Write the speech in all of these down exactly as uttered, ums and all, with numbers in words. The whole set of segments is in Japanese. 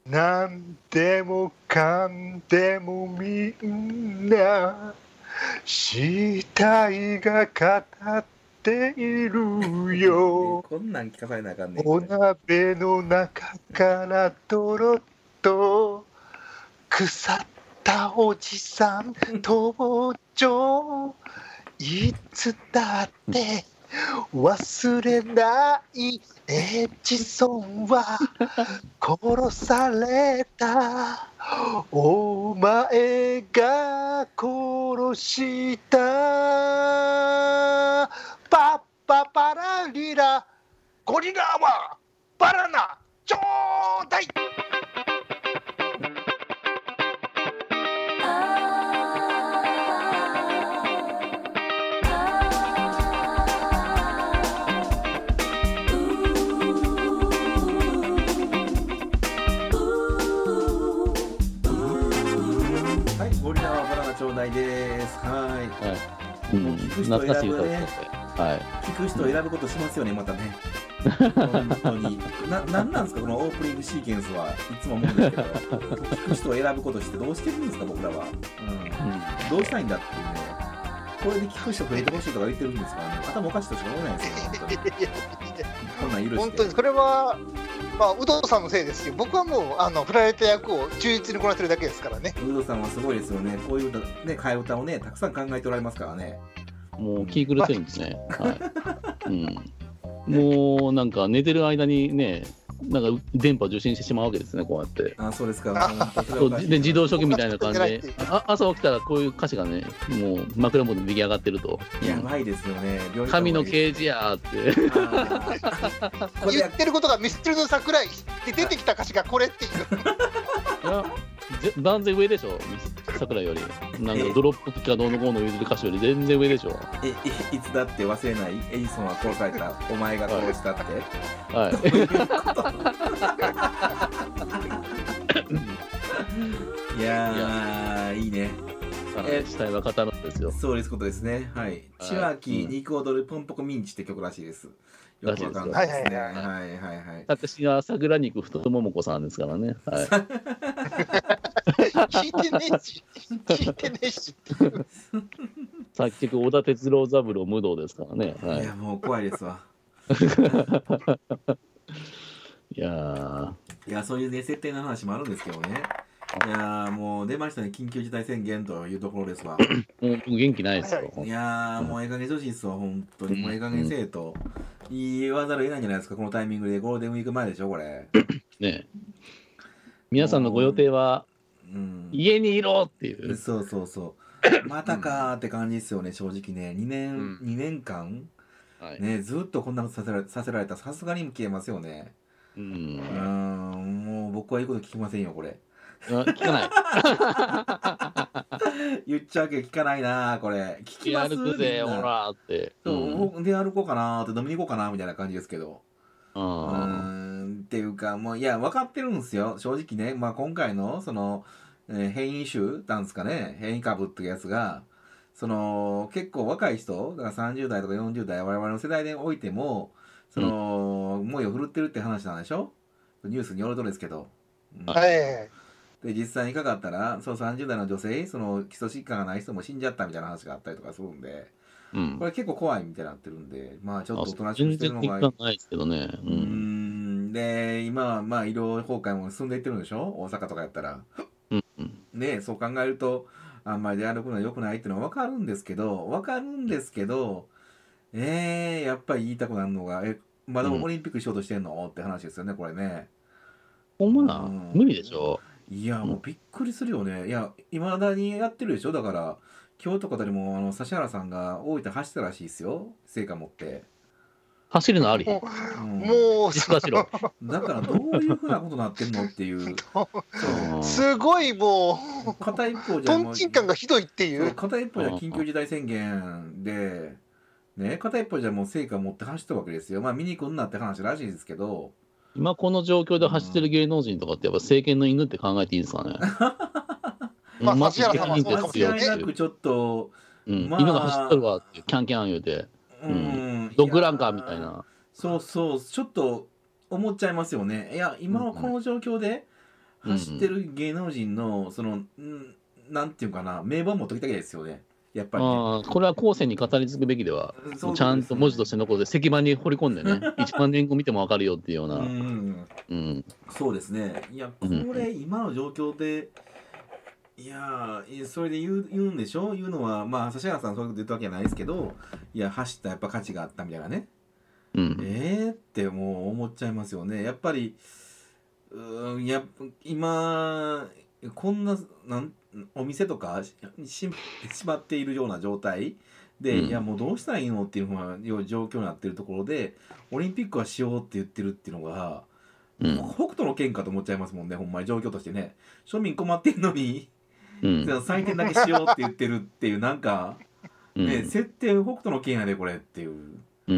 なんでもかんでもみんな死体が語っているよ。 こんなん聞かされなあかんねん。 お鍋の中からドロッと腐ったおじさん登場。いつだって忘れないエジソンは殺された。お前が殺した。パッパパラリラゴリラはバナナちょうだい。 ちょうだいです。はい。 はい。うん、懐かしい歌ですね。はい。 聞く人を選ぶことしますよね、またね。本当に。な、なんなんですか、このオープニングシーケンスはいつも思うんですけど、聞く人を選ぶことしてどうしてるんですか、僕らは。うん。うん、どうしたいんだっていうね。これで聞く人増えてほしいとか言ってるんですからね。頭おかしいとしか思えないですよ、本当に。こんなん許して。 本当に、これは、まあ、有働さんのせいですよ。僕はもうあの振られた役を忠実にこなせるだけですからね。 有働さんはすごいですよね。こういう歌、ね、替え歌をね、たくさん考えておられますからね。 もう気狂ってるんですね。はい。うん。もうなんか寝てる間にね、なんか電波受信してしまうわけですね、こうやって。 あ、そうですか。 そうで自動初期みたいな感じで、あ朝起きたらこういう歌詞がね、もう枕元に出来上がってると。 やばいですよね。 神の啓示やーって。 言ってることがミスチルの桜井で出てきた歌詞がこれっていう。 いや断然上でしょ、桜井より。なんかドロップキッカーどうのこうの言うてる歌詞より全然上でしょ。 え、いつだって忘れないエジソンは殺された、お前が殺したって。 はい。 いやー、いいね。 え、死体は語るんですよ。 そういうことですね。はい。千秋肉踊るポンポコミンチって曲らしいです。よくわかんないですね。はいはいはいはい。 私が桜肉太ももこさんですからね。はい。 聞いてねえし、聞いてねえし。 作曲小田哲郎三郎無道ですからね。はい。 いやもう怖いですわ。 いやいやそういうね設定の話もあるんですけどね。いやもう出ましたね、緊急事態宣言というところですわ。 もう元気ないですよ。 いやもうええ加減女子っすわ、本当に。もうええ加減せえと言わざるを得ないんじゃないですか、このタイミングで。ゴールデンウィーク前でしょ、これ。 ね皆さんのご予定は、うん、家にいろっていう。 そうそうそう。またかーって感じですよね、正直ね。にねん、うん、にねんかん、はい、ね、ずっとこんなことさせられ、させられたらさすがに消えますよね。うん。うん、もう僕は言うこと聞きませんよ、これ。 聞かない言っちゃうけど聞かないなこれ。聞きます歩くぜほらって。 そう、うん、で歩こうかなって飲みに行こうかなみたいな感じですけど。うーんっていうかもういや分かってるんですよ正直ね。まあ今回のその、えー、変異種なんですかね、変異株っていうやつがその結構若い人だからさんじゅう代とかよんじゅう代我々の世代でおいてもその、うん、猛威を振るってるって話なんでしょ、ニュースによるとですけど。うん、はい。で実際にかかったらそのさんじゅう代の女性その基礎疾患がない人も死んじゃったみたいな話があったりとかするんで、うん、これ結構怖いみたいになってるんで、まあちょっとおとなしくしてるのがいい。 全然ないですけどね。 うん、うんで今はまあ医療崩壊も進んでいってるんでしょ、大阪とかやったら。うんうん、ねそう考えるとあんまり出歩くのは良くないっていうのは分かるんですけど分かるんですけどえー、やっぱり言いたくなるのがえまだオリンピックしようとしてんの、うん、って話ですよねこれね。 ほんまな、うん、無理でしょ。 いやもうびっくりするよね。いやいまだにやってるでしょ。だから今日とかでもあの指原さんが大分走ったらしいですよ、成果持って。 走るのあり、 もう、うん、もう実はしろ。 だからどういうふうなことになってんのっていうすごいもう片一方じゃトンチン感がひどいっていう。 片一方じゃ緊急事態宣言でね、片一方じゃもう成果持って走ったわけですよ。まあ見に行くんなって話らしいですけど、 今この状況で走ってる芸能人とかってやっぱ政権の犬って考えていいですかね。 まあ指原さんはそうかもしれないね。 間違いなくちょっと、 うんまあ、犬が走っとるわってキャンキャン言うて、うん、ドッグランカーみたいな。 そうそうちょっと思っちゃいますよね。いや今のこの状況で走ってる芸能人のそのんなんていうかな名簿持っときたいですよね。やっぱり、ね、 あこれは後世に語り継ぐべきでは、ね、ちゃんと文字として残って石板に彫り込んでねいちまんねんご見ても分かるよっていうような。うん、 うん、そうですね。いやこれ今の状況で、いやそれで言う、言うんでしょ。言うのはまあ指原さんそういうこと言ったわけじゃないですけど、いや走ったやっぱ価値があったみたいなね、うん、えーってもう思っちゃいますよね。やっぱりういや今こんななんお店とかしまっているような状態で、うん、いやもうどうしたらいいのっていうふうな状況になっているところでオリンピックはしようって言ってるっていうのが、うん、北斗の拳かと思っちゃいますもんね。ほんまに状況としてね、庶民困ってんのに、うん、採点だけしようって言ってるっていうなんか、ね、うん、設定北斗の拳やでこれっていう。 うん、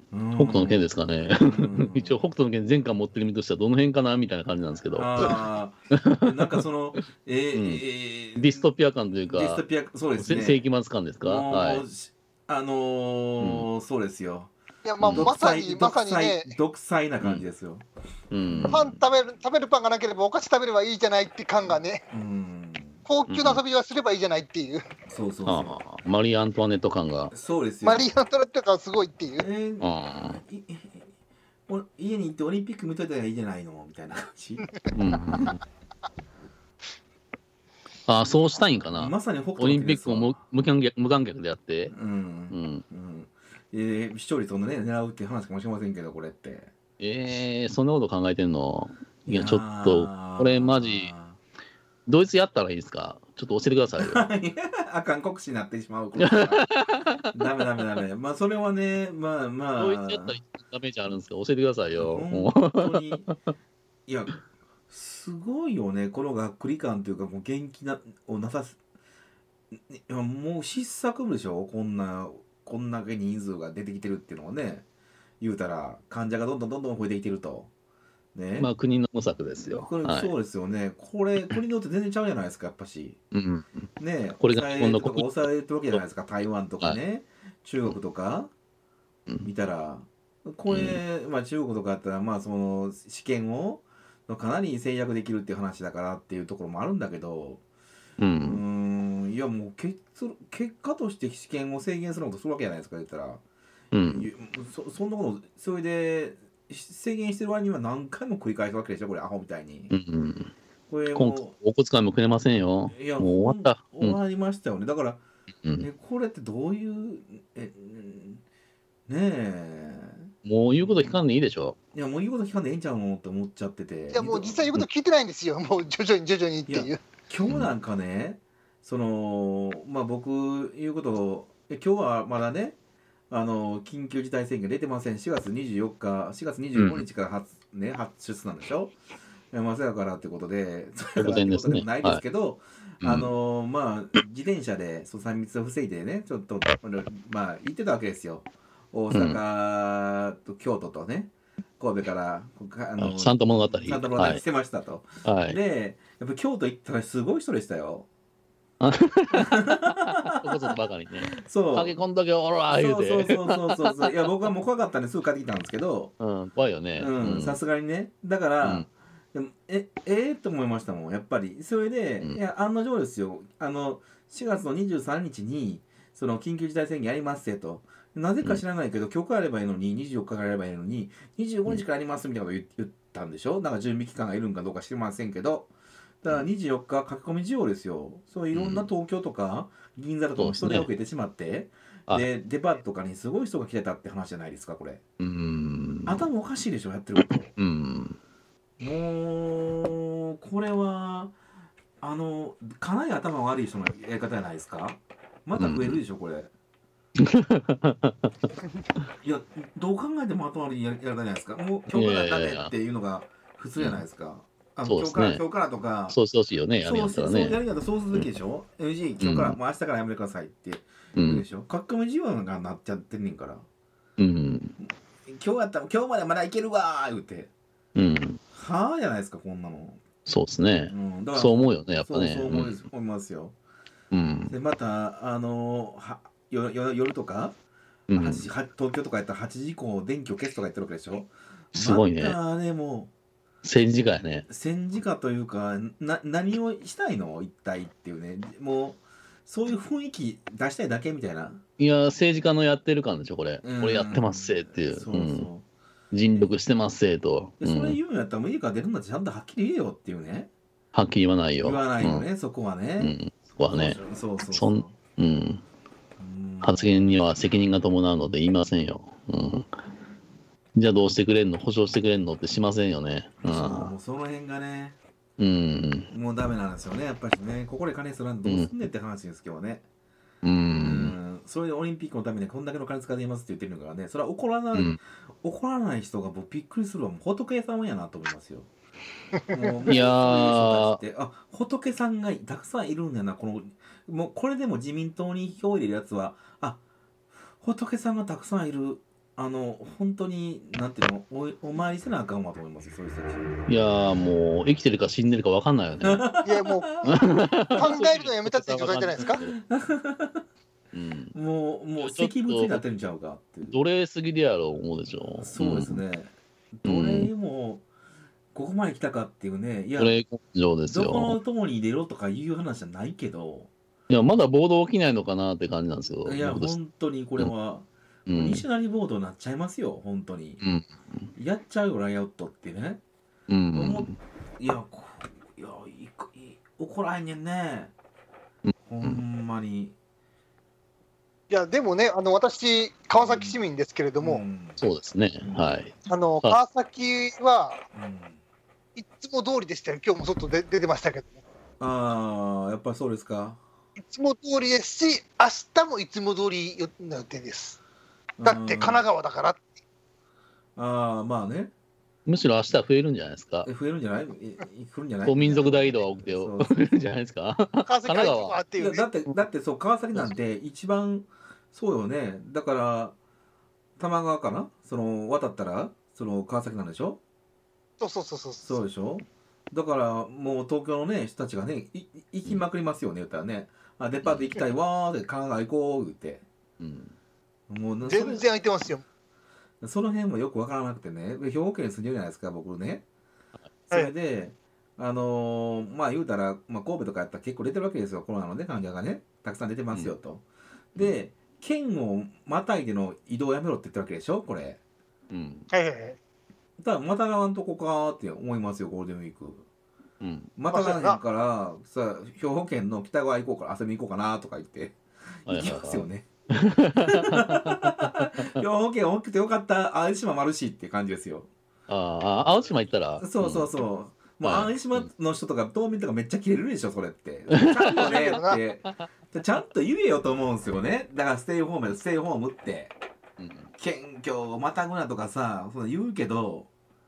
北斗の拳ですかね。一応北斗の拳全巻持ってる身としてはどの辺かなみたいな感じなんですけど。 あなんかその、えーうんえー、ディストピア感というか、 ディストピアそうですね。 世紀末感ですか。はい、 あのーうん、そうですよ。 いやまあ、まさにまさにね独裁な感じですよ。 うんうん、パン食べる食べるパンがなければお菓子食べればいいじゃないって感がね。うん高級な遊びはすればいいじゃないっていう、うん、 そうそうそうあマリー・アントワネット感がそうですよ。 マリー・アントワネット感がすごいっていう、えー、 あお家に行ってオリンピック見といたらいいじゃないのみたいな感じ、うん、 あそうしたいんかな。 まさに北斗オリンピックも無観客無観客であって、うんうんうんえー、視聴率をね狙うっていう話かもしれませんけどこれってえー、そんなこと考えてんの。いやちょっとこれマジドイツやったらいいですか。ちょっと教えてくださいよ。 あかん国士になってしまう。ダメダメダメ。まあそれはね、まあまあ。 ドイツやったらダメージあるんですか。教えてくださいよ。 本当に。いや、すごいよね。このがっくり感というか、もう元気なをなさす。いやもう失策部でしょ。こんなこんだけ人数が出てきてるっていうのはね。言うたら患者がどんどんどんどん増えてきてると。ね、 まあ国の模索ですよ。 これ、はい、そうですよね。これ国によって全然ちゃうじゃないですかやっぱし。うん、ねこれが日本の国抑えてるわけじゃないですか。台湾とかね、はい、中国とか、うん、見たらこれ、うん、まあ中国とかだったらまあその試験をかなり制約できるっていう話だからっていうところもあるんだけど、うん、うーんいやもう結結果として試験を制限することするわけじゃないですか言ったら、うん、そ, そんなことそれで制限してる割には何回も繰り返すわけでしょこれアホみたいに、うん、 これもうお小遣いもくれませんよ。いやもう終わった、 終わりましたよね。だから、うん、えこれってどういうえねえもう言うこと聞かんでいいでしょ。 いやもう言うこと聞かんでいいんちゃうのって思っちゃってて、 いやもう実際言うこと聞いてないんですよ、うん、もう徐々に徐々にっていう。い今日なんかね、そのまあ僕言うこと今日はまだねあの緊急事態宣言出てません。しがつにじゅうよっかしがつにじゅうごにちから発、うん、ね発出なんでしょ。まあそやからってことでそやからってことでもないですけど、はい、あのまあ自転車でそのさん密を防いでねちょっとまあ行ってたわけですよ。大阪と京都とね神戸からあのサンタ物語サンタ物語してましたと、はい、でやっぱ京都行ったらすごい人でしたよ。 ここぞとばかりね。そう。影こんだけおらー言うて。 そうそうそうそうそう。いや僕はもう怖かったんですぐ帰ってきたんですけど。 うん、怖いよね。 うん、さすがにね。だから、うん、でもええー、と思いましたもんやっぱり。それで、うん、いや案の定ですよ。あのしがつのにじゅうさんにちにその緊急事態宣言やりますってと。なぜか知らないけど、うん、今日からやればいいのににじゅうよっかからやればいいのににじゅうごにちからやりますみたいなこと言ったんでしょ。なんか準備期間がいるんかどうか知りませんけど。だからにじゅうよっか書き込み需要ですよ。そういろんな東京とか銀座とかも人手を受けてしまって、うん、でデパートとかにすごい人が来てたって話じゃないですかこれ。うん頭おかしいでしょやってること。うんもうこれはあのかなり頭悪い人のやり方じゃないですか。また増えるでしょこれ。いやどう考えても頭悪いやり方じゃないですか。もう今日からダメっていうのが普通じゃないですか。あの今日から、ね、今日からとかそうしてほしいよねやりやったらね。 そうやりやったらそうするべきでしょ、うん、エムジー 今日から、うん、もう明日からやめてくださいって言うでしょ、うん、書き込み需要がなっちゃってんねんから、うん、今日やったら今日までまだいけるわー言うて、うん、はあじゃないですかこんなの。 そうですね、うん、だからそう思うよねやっぱね。 そうそう思います、思いますよ、うん、でまたあのは夜, 夜とか、うん、はちじ東京とかやったらはちじ以降電気を消すとか言ってるわけでしょ。 すごいね。 またねもう戦時下やね。 戦時下というか、な何をしたいの一体っていうね、もうそういう雰囲気出したいだけみたいな。 いや、政治家のやってる感でしょ、これ。 うんこれやってますせっていう。 そうそう、 うん尽力してますせと。 でそれうん言うんやったらもう家から出るんだってちゃんとはっきり言えよっていうね。 はっきり言わないよ。 言わないよね、そこはうん。 ね。 うんそこはね、 そうそうそうそん、うん。 うん発言には責任が伴うので言いませんよ。うん。じゃあどうしてくれんの保証してくれんのってしませんよね。う。 そうんもうその辺がね、 うん。 もうダメなんですよね、やっぱりね。ここで金すらんどうすんねんって話ですけどね。 う。 うんん。それでオリンピックのためにこんだけの金使っていますって言ってるのからね、それは怒らない、 うん怒らない人がもうびっくりするわ。もう仏様やなと思いますよ。もういやーそういう人たちってあ、仏さんがたくさんいるんだな、この、もうこれでも自民党に票を入れるやつは、あ、仏さんがたくさんいる、あの、本当に、なんていうの、おお参りせなあかんわと思いますよ、そういう人たち。 いやーもう生きてるか死んでるか分かんないよね。 いやもう考えるのやめたって状態じゃないですか。 うん。 もう、もう、 ちょっと石物になってるんちゃうかっていう。 奴隷すぎでやろう思うでしょ。 そうですね。 うんどれも、ここまで来たかっていうね、いや、 奴隷根性ですどこのよ。 友に入れろとかいう話じゃないけど、 いや、まだ暴動起きないのかなって感じなんですよ。 いや、 僕として本当にこれは、 うん西成ボードになっちゃいますよ、本当に。 うん。 やっちゃうよ、ライアウトってね。 う思っん。 いや、こいやいいかいい怒らへんねんね。ほんまに。 いやでもね、あの私川崎市民ですけれども、 んそうですね。はい。 あのあ川崎はうんいつも通りでしたよ。今日も外で出てましたけど、 ああ、やっぱりそうですか。 いつも通りですし、明日もいつも通りの予定です。だって神奈川だから。 ああ、まあね。 むしろ明日は増えるんじゃないですかえ。増えるんじゃないい来るんじゃないこう民族大移動が起きてそう増えるんじゃないですか。 川崎神奈川はっていう、ね、 いやだって、だってそう、川崎なんて一番、そうよね。だから、多摩川かなその、渡ったら、その、川崎なんでしょそうそうそうそうそうでしょだからもう東京のね人たちがねい行きまくりますよね言ったらねあデパート行きたいわーって神奈川行こう言ってうん。 もうなそれ全然空いてますよ。 その辺もよくわからなくてね兵庫県に住んでるじゃないですか僕ねそれで、あのーまあ言うたら、まあ、神戸とかやったら結構出てるわけですよコロナのね患者がねたくさん出てますよと、で県をまたいでの移動やめろって言ってるわけでしょこれうん。 はいはいはい。 だからまたがわんとこかーって思いますよゴールデンウィークうん。 またがへんからさ兵庫県の北側行こうから遊びに行こうかなとか言って行きますよね兵庫県大きくてよかった淡路島もあるしって感じですよああ、青島行ったら。 そうそうそう、もうはい淡路島の人とか島民とかめっちゃキレるでしょそれってちゃんとねってちゃんと言えよと思うんですよねだからステイホームステイホームってうん。 県境をまたぐなとかさその言うけど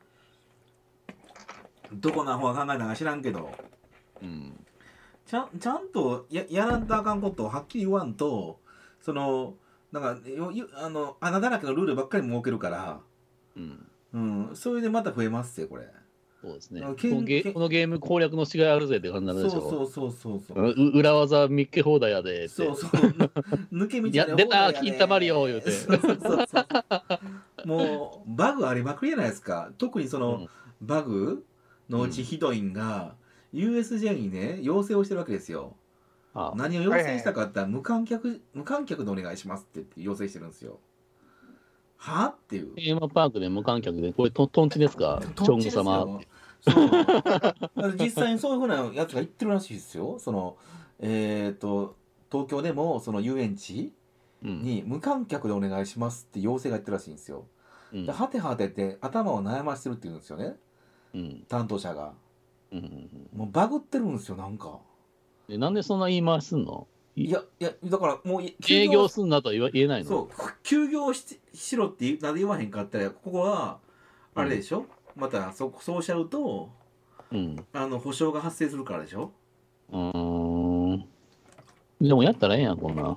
どこの方が考えたか知らんけどうん。 ちゃんちゃんとややらんとあかんことをはっきり言わんとそのなんかよゆあの穴だらけのルールばっかり設けるから、 うん。 うん、それでまた増えますってこれそうですね。 あこけんけんのゲこのゲーム攻略のしがいあるぜって感じになるでしょ。 そうそうそうそうそうう裏技見っけ放題やでって。 そうそう抜け道いや出た金玉マリオ言うてそうそうそうそうもうバグありまくりじゃないですか特にその、バグのうちひどいんが、ユーエスジェー にね要請をしてるわけですよああ何を要請したかって言ったら無観客無観客でお願いしますって言って要請してるんですよはっていうテーマパークで無観客で、これとトンチですかチョングとんちですよ様。 そう実際にそういうふうなやつが言ってるらしいですよそのえっ、と東京でもその遊園地うん。 に無観客でお願いしますって要請が言ってるらしいんですよ、 うんではてはてって頭を悩ましてるって言うんですよねうん。 担当者がうん。 もうバグってるんですよなんかでなんでそんな言い回しすんのいやいやだからもう営業すんなとは言わ言えないのそう休業ししろってなんで言わへんかってここはあれでしょ、またそそうしちゃうとうん。 あの保証が発生するからでしょうーん。でもやったらええやん、こんなん。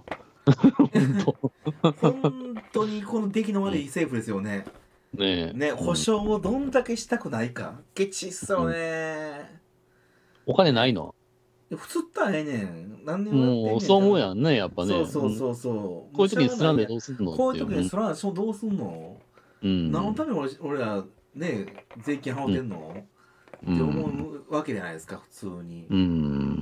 本当にこの出来の悪い政府ですよねねえ。 ねうん保証をどんだけしたくないかケチっすよね、 お金ないの普通ったらええねん何にもやってんねんもうそう思うやんね、やっぱね。 そうそううんそうそうこういう時にスランでどうすんのこういう時ってにスランどうすんの、 うん。 何のために俺俺らね税金払ってんの、 って思うわけじゃないですか、普通に。 うん。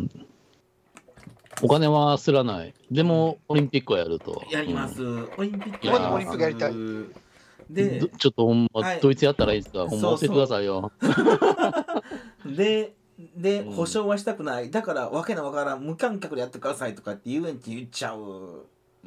お金はすらない。でも、オリンピックはやると。 やります。 うん、 オリンピックやります。オリンピックやりたい。 で、 ちょっとほんま、 はい、 ドイツやったらいいですか、ほんま教えてくださいよ。 で、で、 うん保証はしたくない。だから、わけのわからん、無観客でやってくださいとかって遊園地言っちゃう。 うん。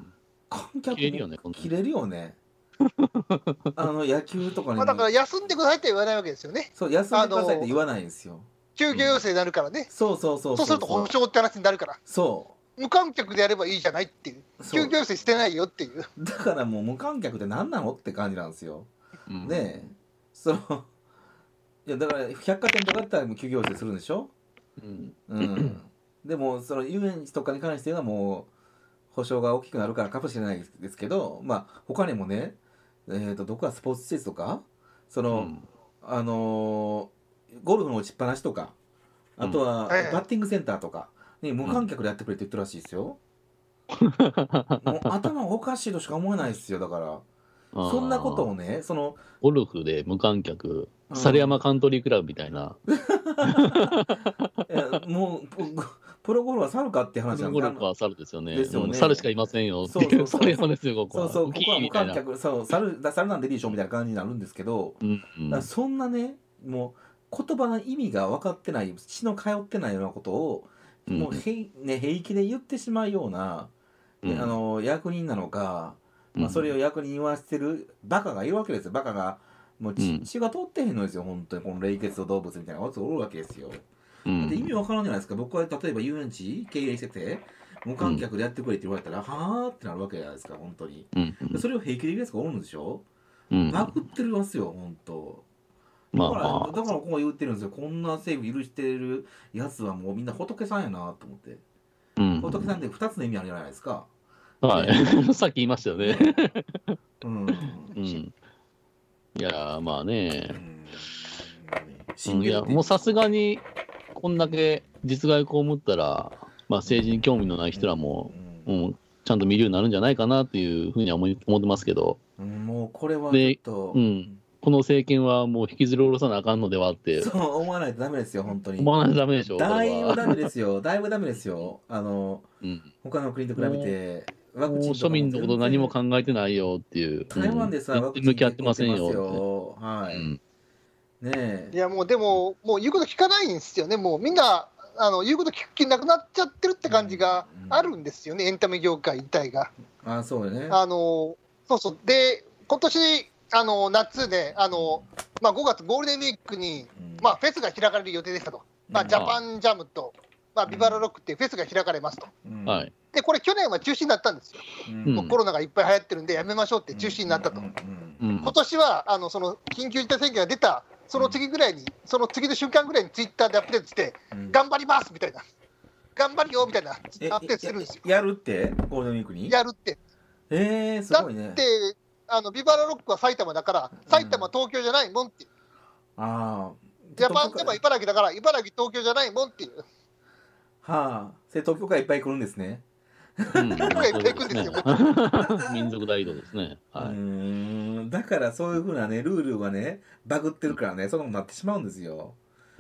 観客切れるよね、こんな切れるよね。あの、野球とかに。 まあ、だから休んでくださいって言わないわけですよね。 そう、休んでくださいって言わないんですよ。 休業要請になるからね。 うん、そうそうそうそう。 そうすると保証って話になるから。 そう。 無観客でやればいいじゃないっていう。休業要請してないよっていう。 だからもう無観客って何なのって感じなんですよ。うん、で、その、いやだから百貨店とかだったら休業要請するんでしょ。うん。うん、でも、その遊園地とかに関してはもう、保証が大きくなるからかもしれないですけど、まあ、他にもね、えーと、どこかスポーツ施設とか、その、うん、あのー、ゴルフの打ちっぱなしとか、あとは、うん、バッティングセンターとか、ね、無観客でやってくれって言ってるらしいですよ。うん、もう頭おかしいとしか思えないですよ、だから。そんなことをね、その、 ゴルフで無観客、猿山カントリークラブみたいな。 いやもう、プロゴルファー猿かって話なんです。 プロゴルファー猿ですよね。 ですよね。 うん、猿しかいませんよっていう、猿山ですよ、ここは。 そうそう、ここは無観客、そう、猿、猿なんででしょみたいな感じになるんですけど、うんうん、だそんなね、もう、言葉の意味が分かってない、血の通ってないようなことを、もうへ、ね、平気で言ってしまうような、うん、あの役人なのか、まあ、それを役人言わせてるバカがいるわけですよ。バカがもう 血,、うん、血が通ってへんのですよ、本当に。この冷血動物みたいなやつがおるわけですよ。うん、で意味わからんじゃないですか。僕は例えば遊園地経営してて無観客でやってくれって言われたら、うん、はーってなるわけじゃないですか、本当に。うん、それを平気で言うやつがおるんでしょ。バグ、うん、ってるますよ、本当。だから、まあ、だからここ言ってるんですよ。こんな政府許してるやつはもうみんな仏さんやなと思って。うん、仏さんってふたつの意味あるじゃないですか。 はい、さっき言いましたよね。うん、うん、いやまあね、うん、いやもうさすがにこんだけ実害被ったら、まあ、政治に興味のない人らも、うんうん、ちゃんと見るようになるんじゃないかなっていうふうには思い思ってますけど、 うん、もうこれはちょっと、 うん、この政権はもう引きずり下ろさなあかんのではって。 そう思わないとダメですよ、本当に。 思わないとダメでしょ。 だいぶダメですよ、だいぶダメですよ。あの、うん、他の国と比べて。 ワクチン庶民のこと何も考えてないよっていう。 台湾でさ、 ワクチン向き合ってませんよ。 はい。うん、ねえ。 いやもうでももう言うこと聞かないんですよね。もうみんなあの言うこと聞く気なくなっちゃってるって感じがあるんですよね。うん、エンタメ業界自体が。 あ、そうよね。 あのそうそうで今年あの夏であのまあごがつゴールデンウィークに、うん、まあフェスが開かれる予定でしたと。まあジャパンジャムと。まあ、ビバラロックっていうフェスが開かれますと、うん、でこれ去年は中止になったんですよ、うん、もうコロナがいっぱい流行ってるんでやめましょうって中止になったと、うんうん、今年はあのその緊急事態宣言が出たその次ぐらいに、その次の瞬間ぐらいにツイッターでアップデートして、うん、頑張りますみたいな、頑張るよみたいなアップデートするんですよ。 や, やるってゴールデンウィークにやるってえー、すごいね。 だってあのビバラロックは埼玉だから埼玉、東京じゃないもんっていう、 うん、あジャパンでも茨城だから茨城東京じゃないもんっていう。 はあ、それ東京からいっぱい来るんですね。 うん、東京からいっぱい行くんですよ。 民族大移動ですね。はい、うーん、だからそういうふうなねルールがねバグってるからね、そういうのになってしまうんですよ。 うん、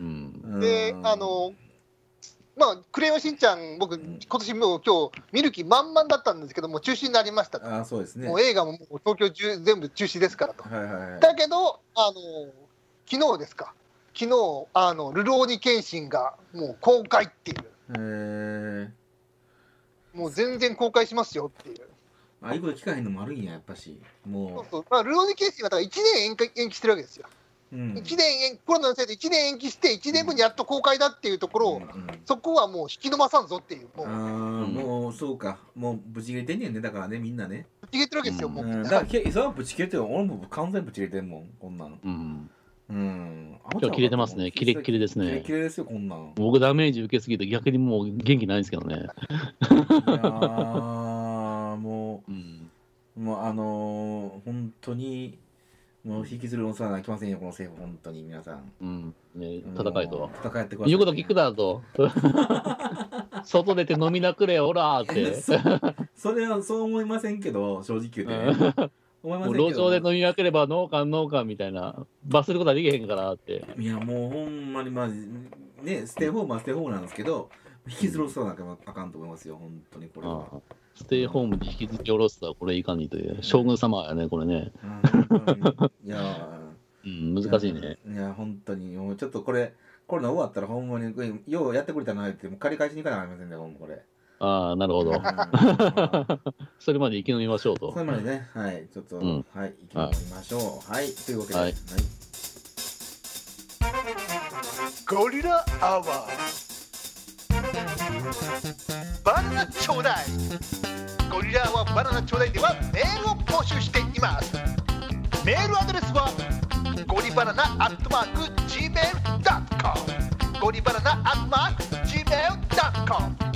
で、あのまあクレヨンしんちゃん僕今年もう今日見る気満々だったんですけども中止になりましたと。 あ、そうですね。 もう映画ももう東京中全部中止ですからと。 はいはいはい、 だけどあの昨日ですか。昨日あのルローニケンシンがもう公開っていう。へもう全然公開しますよっていう。 ああいうこと聞かへんのもあるんや、やっぱし。もうそうそう、まあ、ルローニケンシンはだからいちねん延期、延期してるわけですよ。うん、いちねんコロナのせいでいちねん延期していちねんごにやっと公開だっていうところを、うんうん、そこはもう引き伸ばさんぞっていう。もう、 あ、もうそうか、もうぶち切れてんねんね、だからね、みんなね。 ぶち切れてるわけですよ、うん、もう。 うん、だからそれはぶち切れてる、俺も完全ぶち切れてんもん、こんなの。うんうん、今日切れてますね。キレッキレですね。 キレッキレですよ、こんなん。 僕ダメージ受けすぎて逆にもう元気ないんですけどね。いやもう、うん、もうあのー、本当にもう引きずるおさなきませんよ、この政府、本当に皆さん。 うん、ね、戦いと。 戦ってください。 言うこと聞くだと。外出て飲みなくれよ、ほらーって。 そ, それはそう思いませんけど、正直言ってね。 思いまもうせんけど路上で飲み分ければ農家農家みたいな罰することはできへんからって。 いやもうほんまにまあねステイホームはステイホームなんですけど引きずろそうなんかあかんと思いますよ本当にこれは。 ああステイホームで引きずり下ろすとはこれいかにという将軍様やねこれね。 いやうん難しいね。 いや本当にもうちょっとこれコロナ終わったらほんまにようやってくれたなってもう借り返しに行かなきゃいけませんねほんまこれ。 ああなるほど。うんそれまで生き延びましょうと。 それまでねはいちょっと、うん、はい生き延びましょうはい、はい、というわけで、はいはい、 ゴリラアワーバナナちょうだい。ゴリラアワーバナナちょうだいではメールを募集しています。メールアドレスはゴリバナナアットマーク ジーメールドットコム ゴリバナナアットマーク ジーメールドットコム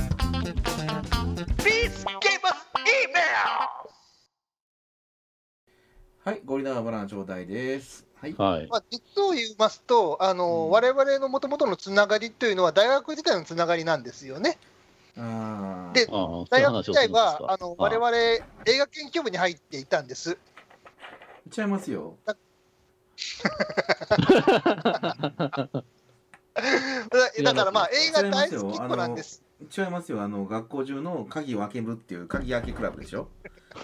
Please give us email。 はいゴリラアワーバナナちょうだいです。はいはいまあ、実を言いますとあの、うん、我々のもともとのつながりというのは大学時代のつながりなんですよね。 あで大学時代はあの我々映画研究部に入っていたんです。 言っちゃいますよ。だ, だからまあ映画大好きっ子なんです。 違いますよあの学校中の鍵を開けるっていう鍵開けクラブでしょ。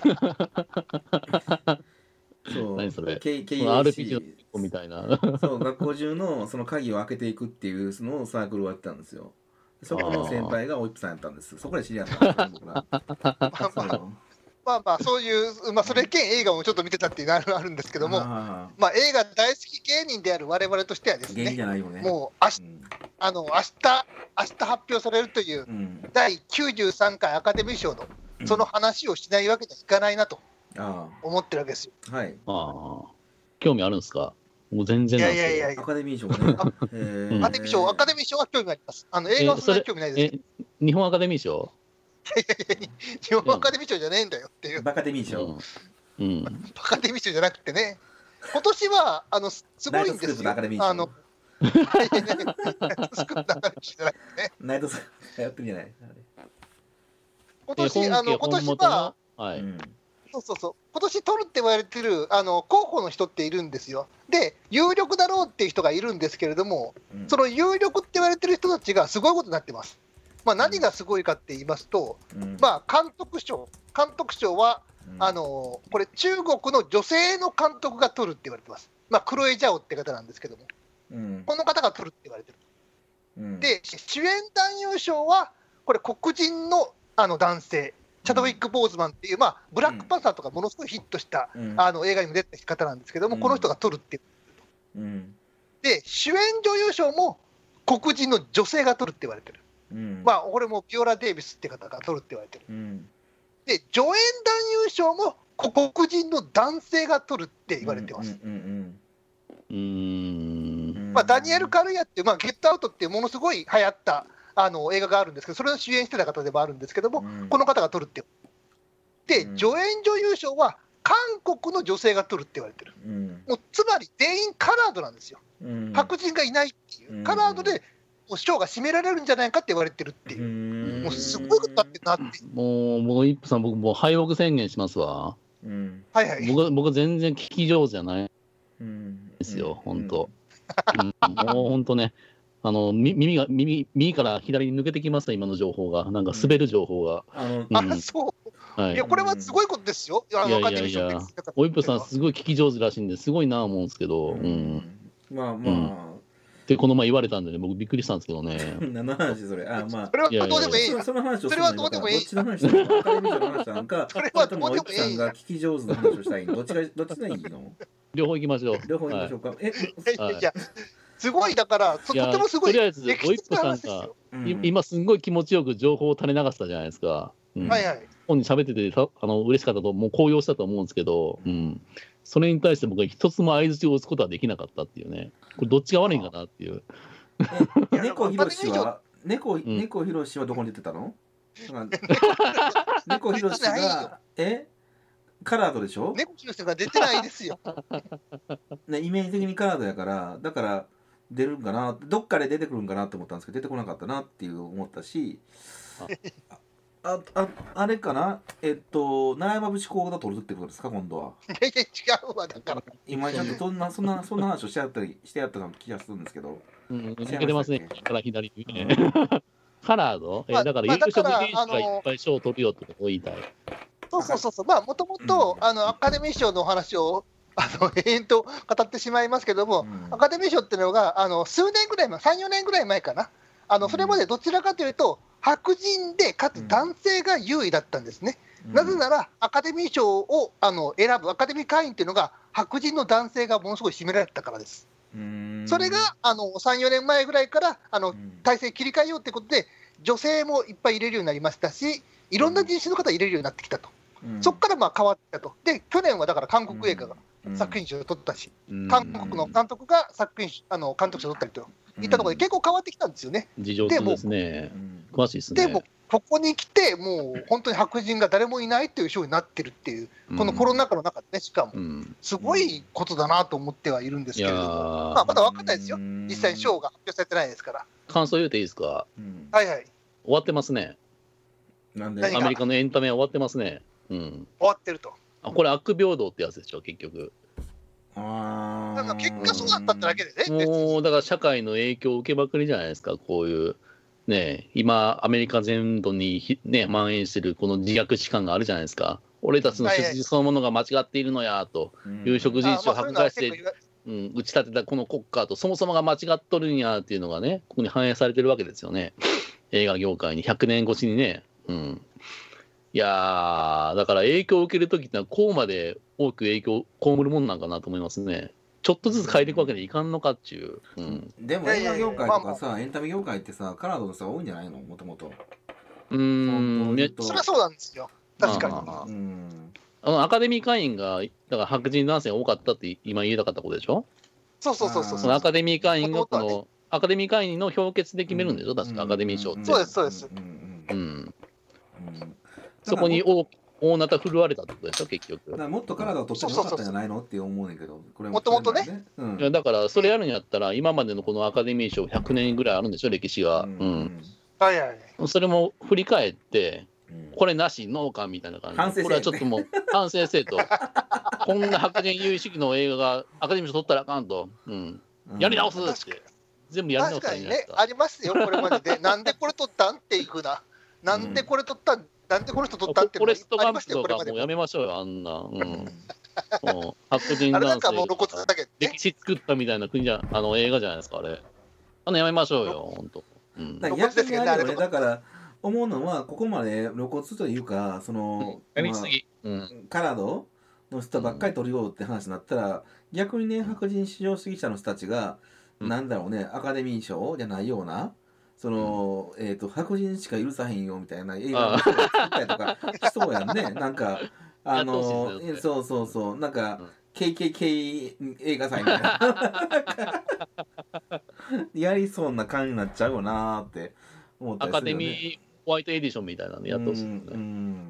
そう何それ K- ケーエーシーアールピージー の子みたいなそう学校中のその鍵を開けていくっていうそのサークルをやってたんですよ。そこの先輩がおいっぷさんやったんです。そこで知り合ったんです僕ら。まあまあまあまあそういう、まあ、それ兼映画もちょっと見てたっていうのがあるんですけども、まあ映画大好き芸人である我々としてはですね、 芸人じゃないよねもう明日、うん、あの明日明日発表されるという、うん、だいきゅうじゅうさんかいアカデミー賞のその話をしないわけにはいかないなと思ってるわけですよ。 あはい。 ああ興味あるんですか。もう全然なんですよ。 いやいやいやアカデミー賞ね。 アカデミー賞アカデミー賞は興味あります。あの映画はそんなに興味ないですけど。 日本アカデミー賞？ 日本アカデミー賞じゃねえんだよっていう。 バカデミー賞。 うん。 バカデミー賞じゃなくてね。今年はあのすごいんですよ。あのナイトスクープのアカデミー賞じゃなくてね。 ナイトスクープやってるんじゃない。 今年あの今年は。 はい。うんそうそうそう、今年取るって言われてるあの候補の人っているんですよ。で、有力だろうっていう人がいるんですけれども、うん、その有力って言われてる人たちがすごいことになってます。まあ、何がすごいかって言いますと、うん、まあ、監督賞、監督賞は、うん、あのこれ、中国の女性の監督が取るって言われてます。まあ、クロエ・ジャオって方なんですけども、うん、この方が取るって言われてる。うん、で、主演男優賞は、これ、黒人のあの男性。チャドウィック・ボーズマンっていう、まあ、ブラックパンサーとかものすごいヒットした、うん、あの映画にも出た方なんですけども、うん、この人が取るっていう、うん、で主演女優賞も黒人の女性が取るって言われてる、うん、まあこれもビオラ・デイビスって方が取るって言われてる、うん、で助演男優賞も黒人の男性が取るって言われてます。まあダニエル・カルヤっていう、まあ、ゲットアウトっていうものすごい流行ったあの映画があるんですけど、それを主演してた方でもあるんですけども、うん、この方が取るってで、うん、助演女優賞は韓国の女性が取るって言われてる、うん、もうつまり全員カラードなんですよ、うん、白人がいないっていう、うん、カラードでもう賞が占められるんじゃないかって言われてるっていう、うん、もうすごいことだってなって、 もう、もうイップさん、僕、もう敗北宣言しますわ、 うん、はいはい、 僕、僕全然聞き上手じゃないですよ、本当、うん、もう本当ね。あの耳が 耳, 耳から左に抜けてきますね、今の情報が、なんか滑る情報が。 うん、あ、そう、はい、いや、これはすごいことですよ、 いやいやいや、おいっぷさん、すごい聞き上手らしいんで、すごいなぁ思うんですけど、うん、うん、 まあまあ、うん、 で、この前言われたんでね、僕、びっくりしたんですけどね。 何の話、それ、あ、まあ、 それはどうでもいいや、 その話をそれはどうでもいい、 どっちの話なのか、アカデミー賞の話なのか、 それはどうでもいい、おいっぷさんが聞き上手な話をしたいの、どっちが、どっちがいいの？ 両方行きましょう。 両方行きましょうか。はい、え、 いやいや。すごいだからとてもすごい。 とりあえずおいっぷさんが、うん、今すごい気持ちよく情報を垂れ流したじゃないですか。うん、 はいはい。 本に喋っててあの嬉しかったともう高揚したと思うんですけど、うん、それに対して僕は一つも相槌を打つことはできなかったっていうね。これどっちが悪いんかなっていう。 猫ひろしは猫猫ひろしはどこに出てたの？猫ひろしがえ？カラードでしょ？ 猫ひろしが出てないですよ。 ね、イメージ的にカラードやからだから出るんかなどっかで出てくるんかなと思ったんですけど出てこなかったなっていう思ったしあああれかな、えっと苗場節講が取るってことですか今度は。 いやいや違うわだから。 今ちゃんとそんなそんなそんな話をしてやったりしてやったような気がするんですけど。 うん、抜けてますね。右から左にね。 うん、 カラード、えー、だから有色人種がいっぱい賞を取るよってことを言いたい。 そうそうそうそう、まあもともとあのアカデミー賞のお話をあの永遠と語ってしまいますけども、うん、アカデミー賞っていうのがあの数年ぐらい前、さん、よねんぐらい前かな、あのそれまでどちらかというと、白人でかつ男性が優位だったんですね。うん、なぜなら、アカデミー賞をあの選ぶアカデミー会員っていうのが、白人の男性がものすごい占められてたからです。うん、それがあのさん、よねんまえぐらいからあの体制切り替えようってことで、女性もいっぱい入れるようになりましたし、いろんな人種の方入れるようになってきたと。うん、そこからまあ変わったと。で、去年はだから韓国映画が作品賞を取ったし、うん、韓国の監督が作品あの監督賞を取ったりといったところで結構変わってきたんですよね。 事情ですね。詳しいですね。 でもここに来てもう本当に白人が誰もいないっていう賞になってるっていう、このコロナ禍の中でね、しかもすごいことだなと思ってはいるんですけれども、まあ、まだ分かんないですよ。実際に賞が発表されてないですから。 感想言うていいですか。 うん、はいはい。 終わってますね。 なんでアメリカのエンタメは終わってますね。うん、 終わってると。 あ、これ悪平等ってやつでしょ結局。 ああ。結果そうだったってだけでね。 もうだから社会の影響を受けまくりじゃないですか、こういうね、今アメリカ全土にね蔓延してるこの自虐史観があるじゃないですか。俺たちの出自そのものが間違っているのやと、有色人種を迫害して、うん、打ち立てたこの国家とそもそもが間違っとるんやっていうのがね、ここに反映されてるわけですよね。映画業界にひゃくねん越しにね。うん、いやー、だから影響を受けるときってのはこうまで多く影響を被るもんなんかなと思いますね。ちょっとずつ変えていくわけにいかんのかっちゅう、うん、 でも映画業界とかさ、エンタメ業界ってさ、カナダの人が多いんじゃないの、もともと。 うーん、ね、 そりゃそうなんですよ、確かに。 あ、うん、あのアカデミー会員がだから白人男性が多かったって今言えたかったことでしょ。 そうそうそうそう。 そのアカデミー会員がこの、ね、アカデミー会員の評決で決めるんでしょ、確かアカデミー賞って。 そうですそうです。 うん。そこに大大なた振るわれたってことでしょ結局。 だからもっとカナダを取ってもよかったんじゃないのって思うねんけど、これもともとね。 うん、いやだからそれやるんやったら今までのこのアカデミー賞ひゃくねんぐらいあるんでしょ歴史が。うん。うん、 はいはい。 それも振り返って。これなしノーカンみたいな感じで、これはちょっともう反省せえとこんな白人優位主義の映画がアカデミー賞取ったらあかんと、うん、やり直すって全部やり直す確かにね、ありますよこれまででなんでこれ取ったんっていくな、なんでこれ取ったん、なんでこの人取ったんっていうのがありましたよ。 これストガンプとかもうやめましょうよあんな、うん、もう白人男性が歴史作ったみたいな国じゃあの映画じゃないですかあれ、あのやめましょうよ本当。 うん、逆にあればね、だから思うのはここまで露骨というかその、 うんまあうん、 カナダの人ばっかり取るよって話になったら、うん、逆にね白人至上主義者の人たちが、うん、なんだろうねアカデミー賞じゃないようなその、うん、えーと白人しか許さへんよみたいな映画を作ったりとかしそうやんねなんかあのそうそうそうなんか、うん、ケーケーケー 映画祭みたいなやりそうな感じになっちゃうよなーって思ったりするよね。 アカデミーホワイトエディションみたいなのやってほしいですね。うん、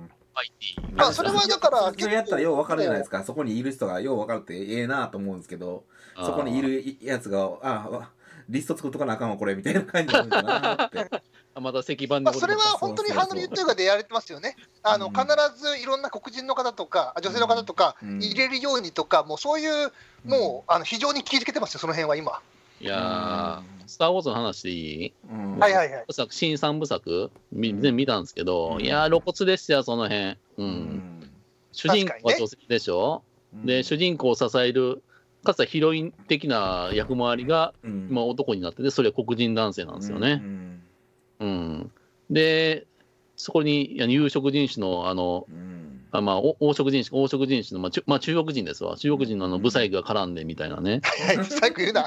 まあそれはだからそれやったらよう分かるじゃないですか。そこにいる人がよう分かるってええなと思うんですけど、そこにいるやつがあリスト作っとかなあかんわこれみたいな感じになるんだなって。 また石板で、 まあ、それは本当にハンドル言ってるかでやれてますよね。あの、うん、必ずいろんな黒人の方とか女性の方とか入れるようにとか、うん、もうそういうもうあの非常に気づけてますよその辺は今。 いやー、スター・ウォーズの話でいい？ うん、はいはいはい。 新三部作全部見たんですけど、うん、いやー露骨でしたよその辺。うんうん、主人公は女性でしょ、ね、で主人公を支えるかつてヒロイン的な役回りが今男になってて、それは黒人男性なんですよね。うんうん、でそこに有色人種のあの、うんあまあ、黄色人種黄色人種の、まあちまあ、中国人ですわ中国人のあのブサイクが絡んでみたいなね。 ブサイク言うな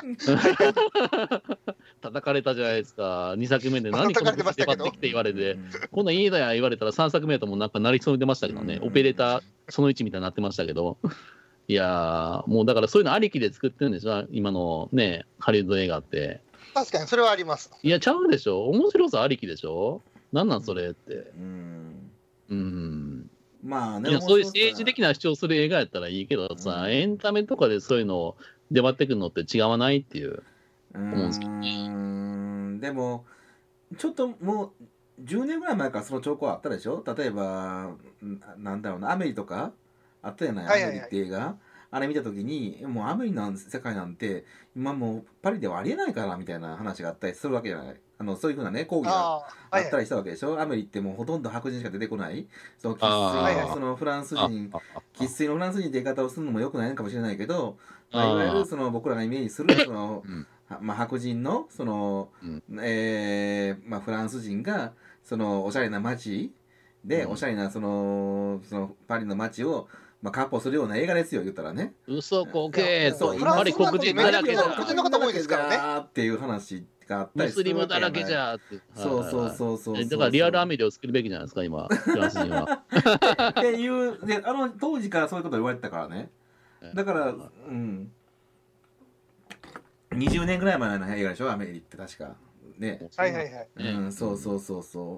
叩かれたじゃないですかにさくめで何この出張ってきて言われて、うん、こんなんいいだや言われたらさんさくめともなんかなりそうに出ましたけどね、うん、オペレーターそのいちみたいになってましたけどいやもうだからそういうのありきで作ってるんでしょ今のねハリウッド映画って。 確かにそれはあります。 いやちゃうでしょ面白さありきでしょなんなんそれってうんうんまあねいやそういう政治的な主張する映画やったらいいけどさ、うん、エンタメとかでそういうのを出張ってくるのって違わないっていう思うんですけどね。 うんでもちょっともうじゅうねんぐらい前からその兆候あったでしょ。例えばなんだろうな、アメリとかあったじゃない、はいはいはい、アメリって映画あれ見た時にもうアメリの世界なんて今もうパリではありえないからみたいな話があったりするわけじゃない。あのそういうふうなね講義があったりしたわけでしょ、はいはい、アメリってもうほとんど白人しか出てこない、その生粋のそのフランス人生粋のフランス人って言い方をするのもよくないのかもしれないけど、まあ、いわゆるその僕らがイメージするその、うんまあ、白人のその、うんえーまあ、フランス人がそのおしゃれな街で、うん、おしゃれなそのそのパリの街をまあ、カッポするような映画ですよ、言ったらね。 嘘こけーと、パリ黒人だらけじゃ。 黒人の方多いですからね。 っていう話があったりする。ムスリムだらけじゃって。 そうそうそうそう。 だからリアルアメリを作るべきじゃないですか、今、フランス人は。 っていう、で、あの、当時からそういうこと言われてたからね。だから、うん。にじゅうねんぐらい前の映画でしょ、アメリって確か。ね。 はいはいはい。 うん、そうそうそうそう。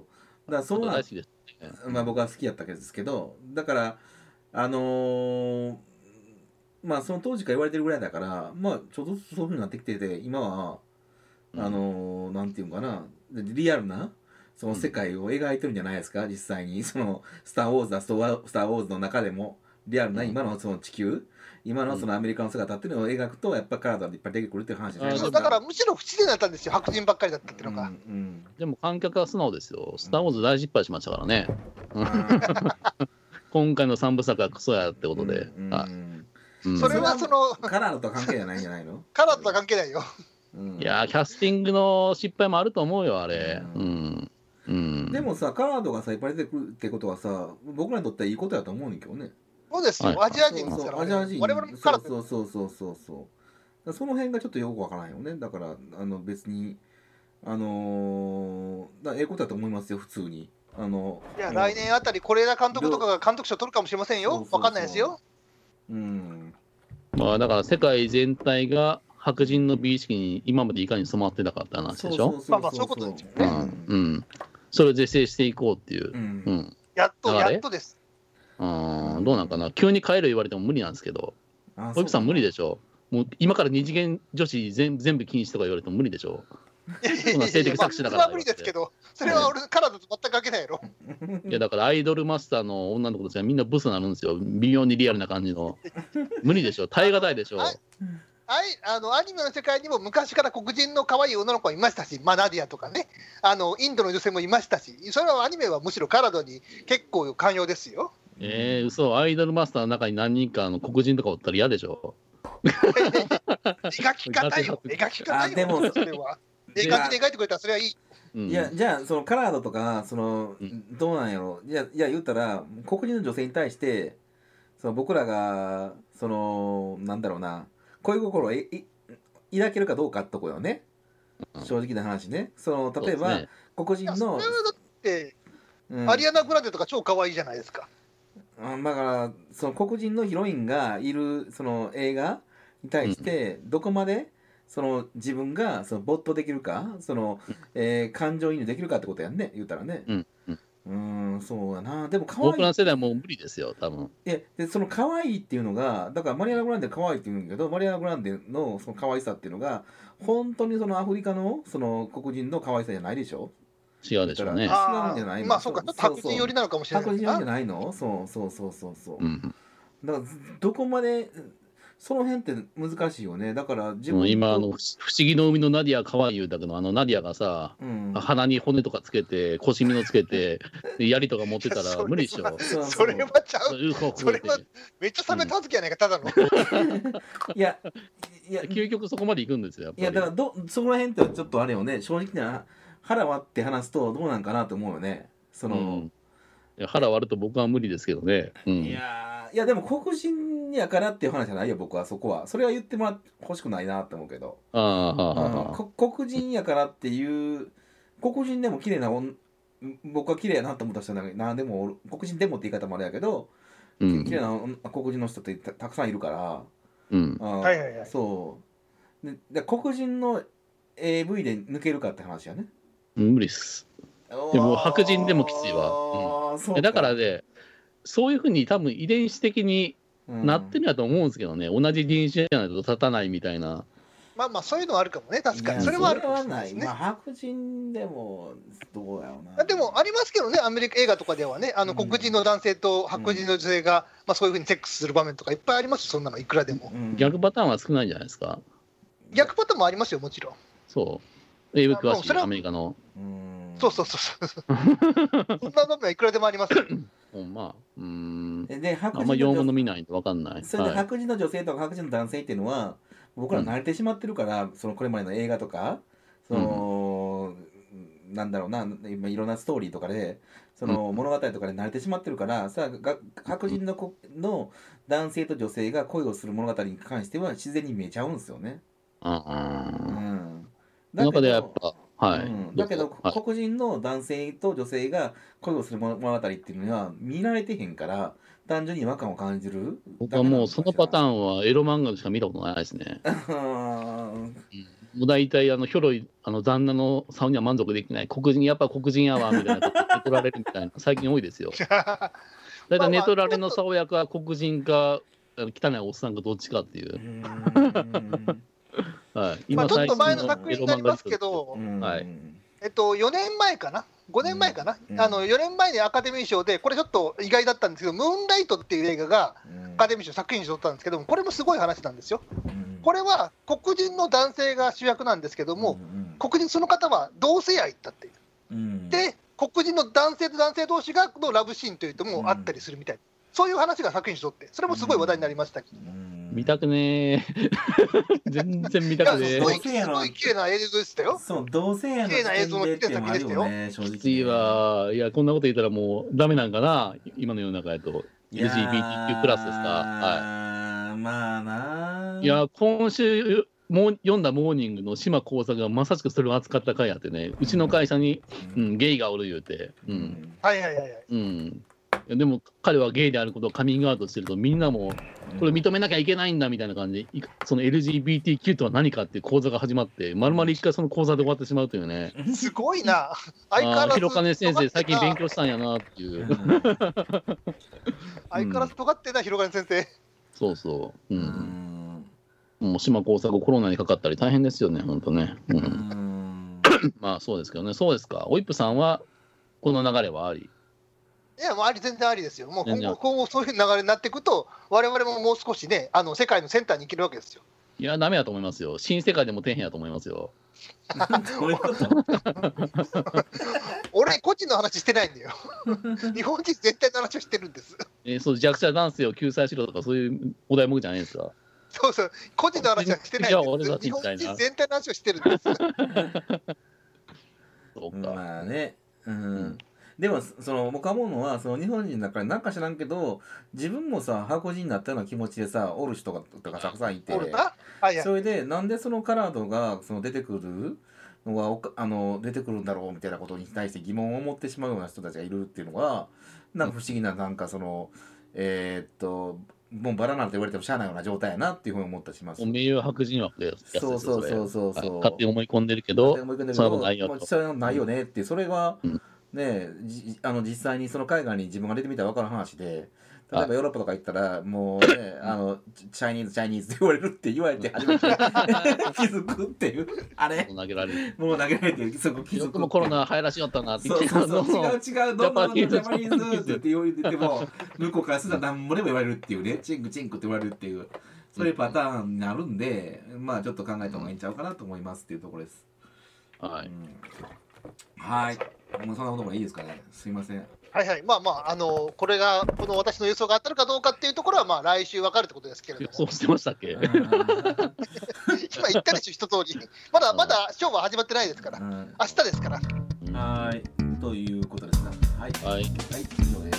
だからそうな、まあ僕は好きやったわけですけど、だから、あのー、まあその当時から言われてるぐらいだからまあちょっとずつそういうふうになってきてて今はあのー、なんていうのかなリアルなその世界を描いてるんじゃないですか、実際にそのスター・ウォーズだスター・ウォーズの中でもリアルな今のその地球今のそのアメリカの姿っていうのを描くとやっぱカナダでいっぱい出てくるっていう話じゃないですか。 だからむしろ不自然だったんですよ、白人ばっかりだったっていうのが、うんうん、でも観客は素直ですよ。スター・ウォーズ大失敗しましたからね、うん今回の三部作はクソやってことで、うんうん、それはそのカラーと関係じゃないんじゃないの？ カラーとは関係ないよ、 うん、いやキャスティングの失敗もあると思うよあれ、うんうん、 でもさカラードがさいっぱい出てくるってことはさ僕らにとってはいいことやと思うんだけどね。 そうですよ、はい、アジア人ですから、 そうそうアジア人我々もカラーそうそうそうそうそうその辺がちょっとよくわからないよね。だからあの別にあのー、だええことだと思いますよ普通に。あのいや来年あたり是枝監督とかが監督賞取るかもしれませんよ。分かんないですよ。 うんまあだから世界全体が白人の美意識に今までいかに染まってたかって話でしょ。 まあまあそういうことですよね。 うん、うん、それを是正していこうっていう、うんうん、 やっとやっとです。 うんどうなんかな急に変える言われても無理なんですけど小池さん無理でしょ。もう今から二次元女子全全部禁止とか言われても無理でしょ。そんな性的搾取だから。 それは無理ですけど、それは俺カナダと全く関係ないやろ。 いやだからアイドルマスターの女の子たちがみんなブスになるんですよ。微妙にリアルな感じの。無理でしょ。耐え難いでしょ。 ああのアニメの世界にも昔から黒人の可愛い女の子はいましたし、まあ、ナディアとかねあのインドの女性もいましたし、それはアニメはむしろカナダに結構寛容ですよ。 えー、嘘。アイドルマスターの中に何人かの黒人とかおったら嫌でしょ。 描き方よ、描き方よ。でもそれは絵描きで描いてくれたらそれはいい。 うん、いやじゃあそのカラードとかその、うん、どうなんやろ。いやいや言ったら黒人の女性に対してその僕らがそのなんだろうな恋心をいい抱けるかどうかってとこよね、うん、正直な話ね。その例えば、ね、黒人のそれはだって、うん、アリアナ・グランデとか超可愛いじゃないですか。 だからその黒人のヒロインがいるその映画に対してどこまでその自分がその没頭できるかその、えー、感情移入できるかってことやんね言ったらね。うんうんうんそうやな。でも可愛い僕らの世代はもう無理ですよ多分。 えでその可愛いっていうのがだからマリアナ・グランデ可愛いって言うんだけどマリアナ・グランデのその可愛さっていうのが本当にそのアフリカのその黒人の可愛さじゃないでしょ。 違うでしょうね。違うんじゃないの。 まあそうかちょっと白人寄りなのかもしれない。 白人寄りじゃないの。そうそうそうそうそう、うん、だからどこまでその辺って難しいよね。だから自分今あの不思議の海のナディア可愛い言うだけどあのナディアがさ、うん、鼻に骨とかつけて腰みのつけて槍とか持ってたら無理でしょ。 それはちゃう。それはめっちゃ冷めたずきやないかただの。 いやいや究極そこまで行くんですよやっぱり。 いやだからどそこら辺ってちょっとあれよね正直な腹割って話すとどうなんかなと思うよね。その、うん、 いや腹割ると僕は無理ですけどね。うん、 いやいやでも黒人やからっていう話じゃないよ僕はそこは。それは言ってもらほしくないなって思うけど。ああ、うん、黒人やからっていう黒人でも綺麗な僕は綺麗やなと思った人は何でも黒人でもって言い方もあれやけど、うん、綺麗な黒人の人って た, たくさんいるから。うん。はいはいはい。そうでで黒人の エーブイ で抜けるかって話やね。 無理っす。でも白人でもきついわ、うん、だからねそういうふうに多分遺伝子的になってるんやと思うんですけどね、うん、同じ人種じゃないと立たないみたいなまあまあそういうのはあるかもね、確かにそれはあるかもしれないですね。 まあ白人でもどうやろうな。でもありますけどね、アメリカ映画とかではね、あの黒人の男性と白人の女性が、うん、まあそういうふうにセックスする場面とかいっぱいあります。そんなのいくらでも。 うん、逆パターンは少ないんじゃないですか。 逆パターンもありますよ、もちろん。 そう。英語詳しいアメリカの。 うん、そうそうそうそう。そんな場面はいくらでもありますよ。 ほんま。うん。 で白人あんま用語の見ないと分かんない。 それで白人の女性とか白人の男性っていうのは、僕ら慣れてしまってるから、うん、そのこれまでの映画とかその、うん、なんだろうな、今いろんなストーリーとかでその物語とかで慣れてしまってるから、さが白人の子の男性と女性が恋をする物語に関しては自然に見えちゃうんですよね。 うんうんだけどやっぱはい、 うん、だけど、はい、黒人の男性と女性が恋をする物語っていうのは見られてへんから単純に違和感を感じる。 僕はもうそのパターンはエロ漫画でしか見たことないですね。もう大体あのひょろいあの旦那の竿には満足できない黒人やっぱ黒人やわみたいなこと寝取られるみたいな最近多いですよ。大体寝取られの竿役は黒人か汚いおっさんかどっちかっていう。 はい、今、まあ、ちょっと前の作品になりますけど、 はい、 えっと、よねんまえかな、ごねんまえかな、うん、あのよねんまえにアカデミー賞で、これちょっと意外だったんですけど、ムーンライトっていう映画がアカデミー賞作品賞取ったんですけども、これもすごい話なんですよ。うん、これは黒人の男性が主役なんですけども、うん、黒人その方は同性愛だっていう、うん、で、黒人の男性と男性同士がのラブシーンというともあったりするみたいな、そういう話が作品賞取って、それもすごい話題になりましたけど。 見たくねー全然見たくねー。 すごいすごい綺麗な映像でしたよ。 そう、同性愛の綺麗な映像の綺麗な作品でしたよ。 正直。 きついわ。いや、こんなこと言ったらもうダメなんかな、今の世の中やと。エルジービーティーキュー プラスですか。はい。 まあな。 いや、今週も読んだモーニングの島耕作がまさしくそれを扱った回やってね、うちの会社に、うんうん、ゲイがおる言うて。うん。 はいはいはいはい。 うん。でも彼はゲイであることをカミングアウトしてるとみんなもこれ認めなきゃいけないんだみたいな感じで、その エルジービーティーキュー とは何かっていう講座が始まって丸々一回その講座で終わってしまうというね。 すごいな。 相変わらず広金先生最近勉強したんやなっていう。 相変わらず尖ってな、広金先生。 そうそう。うん。もう島耕作コロナにかかったり大変ですよね、本当ね。うん。まあそうですけどね。そうですか。オイップさんはこの流れはあり。 いや、もうあり、全然ありですよ。もう今後、今後そういう流れになっていくと、我々ももう少しね、あの世界のセンターに行けるわけですよ。 いや、ダメだと思いますよ。新世界でも底辺やと思いますよ。 どういうこと俺、個人の話してないんだよ。日本人全体の話をしてるんです。 えー、そう弱者男性を救済しろとか、そういうお題目じゃないですか。 そうそう、個人の話はしてないんです。日本人全体の話をしてるんです。 そうか。 まあね。うん。うんでもその僕は思うのはその日本人だからなんか知らんけど自分もさ白人になったような気持ちでさおる人がとかたくさんいて、はいはい、それでなんでそのカラードがその出てくるのがあの出てくるんだろうみたいなことに対して疑問を持ってしまうような人たちがいるっていうのはなんか不思議ななんかそのえー、っともうバラなんて言われてもしゃあないような状態やなっていうふうに思ったりします。 お名誉白人枠でやつですよ。そうそうそうそうそう。 勝手に思い込んでるけど、それはないよと。 それはないよねってそれが。うんね、あの実際にその海外に自分が出てみたら分かる話で例えばヨーロッパとか行ったらもうねあのチャイニーズチャイニーズって言われるって言われて初めて気づくっていうあれもう投げられるもう投げられてそこ気づくもコロナ流行らしよったなってそうそうそう違う違うどんどんジャパニーズって言われても向こうからすら何もでも言われるっていうねチンクチンクって言われるっていうそういうパターンになるんでまあちょっと考えた方がいいんちゃうかなと思いますっていうところです。 はい、 うんはい、もうそんなこともいいですかね。すいません。 はいはい、まあまあ、あのこれがこの私の予想が当たるかどうかっていうところはまあ来週分かるってことですけれども。 そうしてましたっけ？今言ったでしょ一通り。まだまだ勝負は始まってないですから。明日ですから。 はい、ということですか。はいはい、はい、 以上です。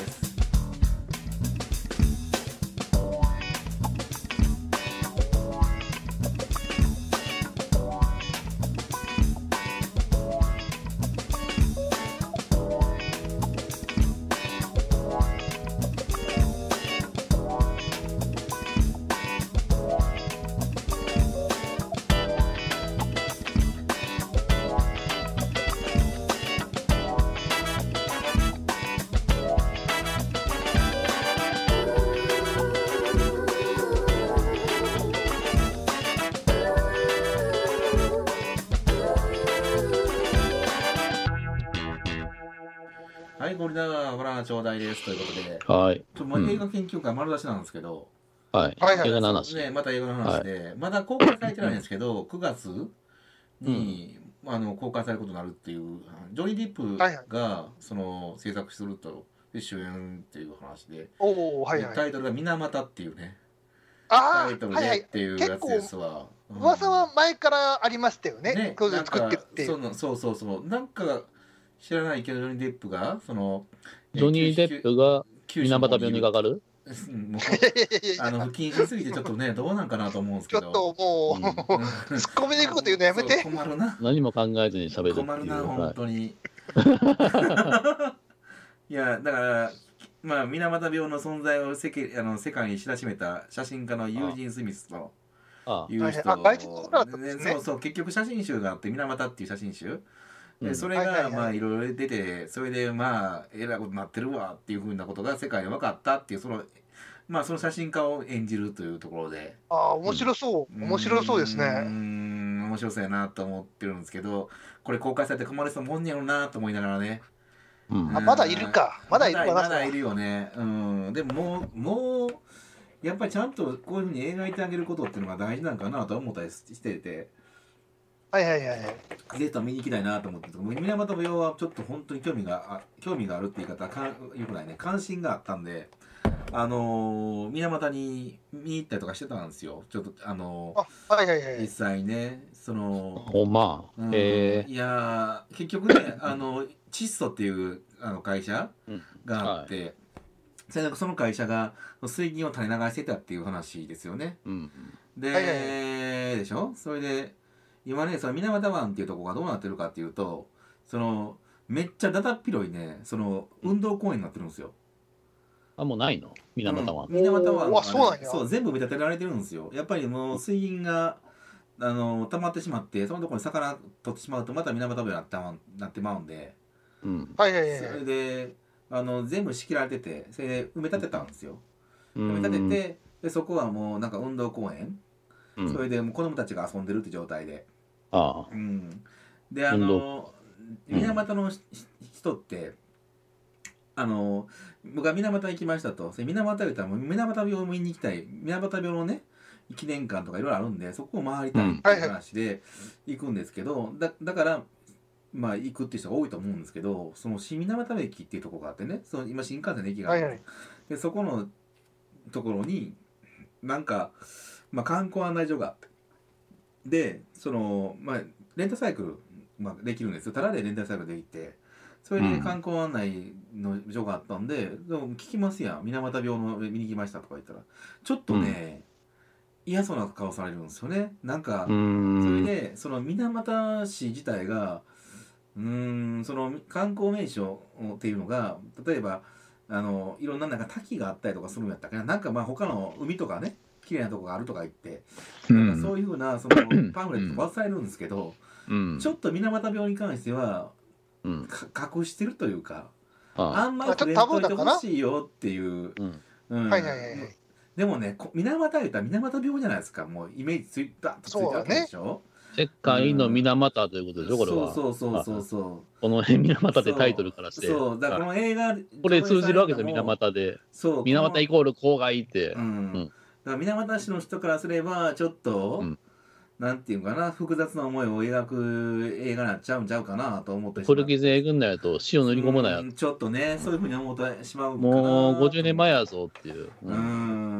はい、ゴリラバナナちょうだいですということで、 はい。 ちょまあ、映画研究会丸出しなんですけど、 はい。 はいはい、 映画の話。 ね、また映画の話で、はい、まだ公開されてないんですけど、くがつに、うん、あの公開されることになるっていう、ジョニー・ディップが、はいはい、その制作すると、で主演っていう話で、 おはいはい、 タイトルが水俣っていうね、 あタイトルでっていうやつですわ。 うん、噂は前からありましたよね。 ね、 こういうの作ってるっていう。 そうそうそう、なんか知らないけど、ジョニー・デップが、その、 ジョニー・デップが水俣病にかかるもうあの不謹慎すぎてちょっとねどうなんかなと思うんですけど、 ちょっともう、うん、突っ込みに行くこと言うのやめて。 困るな。 何も考えずに喋るっていう。 困るな本当に。はい、いやだからまあ水俣病の存在を世界あの世界に知らしめた写真家のユージン・スミスという人、 あああね、 そうそう結局写真集があって水俣っていう写真集。でそれがまあいろいろ出てそれでまあえらいことになってるわっていうふうなことが世界で分かったっていうそのまあその写真家を演じるというところで、 ああ面白そう、うん、面白そうですね。 うん面白そうやなと思ってるんですけど、これ公開されて困りそうもんやろうなと思いながらね、 うん、あまだいるかまだいるかな、 まだいるよね。うんでももうもうやっぱりちゃんとこういうふうに描いてあげることっていうのが大事なんかなと思ったりしてて。 はいはいはい。 ぜひ見に行きたいなと思って、水俣病はちょっと本当に興味があ興味があるって言い方はかよくないね、関心があったんで、あのー、水俣に見に行ったりとかしてたんですよ。ちょっとあのー、 あはいはいはい。 実際ね、そのほんま、 うん、へいや結局ね、あの窒素っていうあの会社があって、うんはい、それその会社が水銀を垂れ流してたっていう話ですよね。うん、で、はいはいはい、でしょ。それで今ね、その水俣湾っていうところがどうなってるかっていうと、そのめっちゃだだっ広いね、その運動公園になってるんですよ。 あ、もうないの水俣湾。 うん、水俣湾は、ね、そうなんや。 そう、全部埋め立てられてるんですよ。やっぱりもう水銀があの溜まってしまって、そのところに魚取ってしまうとまた水俣湾になってなってまうんで、うん、はいはいはい。それであの全部仕切られてて、それで埋め立てたんですよ。埋め立てて、でそこはもうなんか運動公園、うん、それでもう子供たちが遊んでるって状態で。ああうん、であの水俣の人って、あの僕は水俣行きましたと。水俣言ったら水俣病を見に行きたい、水俣病のね記念館とかいろいろあるんで、そこを回りたいっていう話で行くんですけど、だだからまあ行くっていう人が多いと思うんですけど、その新水俣駅っていうところがあってね、その今新幹線の駅があって、はいはい、でそこのところになんか、まあ、観光案内所があって。でその、まあ、レンタサイクル、まあ、できるんですよ。ただでレンタサイクルできて、それで観光案内の所があったんで、うん、でも聞きますやん、水俣病の見に来ましたとか言ったらちょっとね、うん、嫌そうな顔されるんですよね。なんかそれでその水俣市自体がうーんその観光名所っていうのが例えばあのいろんななんか滝があったりとかするんやったっけな、なんかまあ他の海とかね綺麗なとこがあるとか言って、うん、なんかそういうふうなそのパンフレットとか伝えるんですけど、うん、ちょっと水俣病に関しては、うん、隠してるというか、あああんまり触れんといてほしいよっていう。でもね、水俣言ったら水俣病じゃないですか、もうイメージついたとついてるわけでしょ。 世界の水俣ということでしょ、これは。 そうそうそうそう。 この辺水俣ってタイトルからして。 そう、だからこの映画これ通じるわけですよ、水俣で。そう。水俣イコール郊外って。うん。 うんだから水俣市の人からすればちょっと、うん、なんていうかな複雑な思いを描く映画になっちゃうんちゃうかなと思ってしまう。 古傷えぐんなやと塩塗り込むなやとちょっとねそういうふうに思ってしまうかな。 もうごじゅうねんまえやぞっていう。 うん、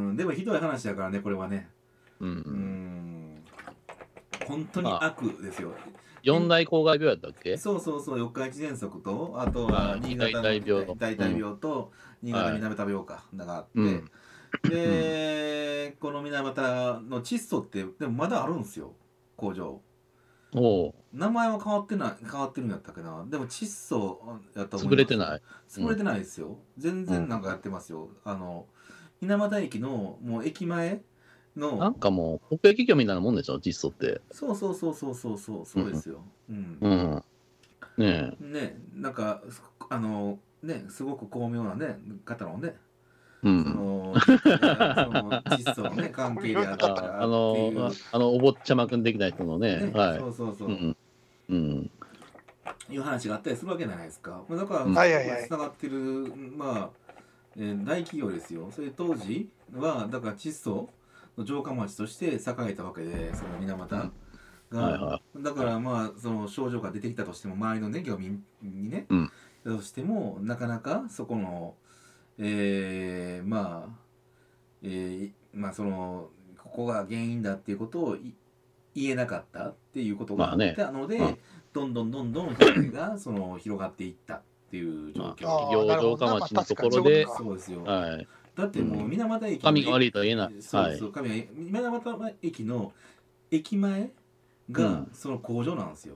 うんでもひどい話だからねこれはね。うん、うん本当に悪ですよ。 四大公害病やったっけ？ そうそうそう四日市喘息とあとは新潟の大体病大体病と新潟水俣病かがあって。うんで、うん、この水俣の窒素ってでもまだあるんですよ工場。お名前は変わってない変わってるんやったっけな。でも窒素やったと思います。 潰れてない潰れてないですよ、うん、全然なんかやってますよ。あの水俣駅のもう駅前のなんかもう国営企業みたいなもんでしょ窒素って。 そうそうそうそうそうそうそうですよ。うん、 うん、ねえねなんかあのねすごく巧妙なね方のねうん、その窒素のね関係であったらあのあのお坊ちゃまくんできない人のね、ねはい、 そうそうそう、 うん、うん、 いう話があったりするわけじゃないですか。だから、つながってる、まあ、えー、大企業ですよ。それ当時は、だから窒素の城下町として栄えたわけで、その水俣が。うんはいはい、だからまあ、その症状が出てきたとしても、周りのね、漁民にね、うん、としても、なかなかそこの、えー、まあ、えー、まあ、その、ここが原因だっていうことを言えなかったっていうことがあったので、まあね、どんどんどんどん被害がその広がっていったっていう状況。 企業城下町のところで、 そうですよ。 はい、 だってもう水俣駅の、 神が悪いとは言えない。 そうそう、神が水俣駅の駅前がその工場なんですよ。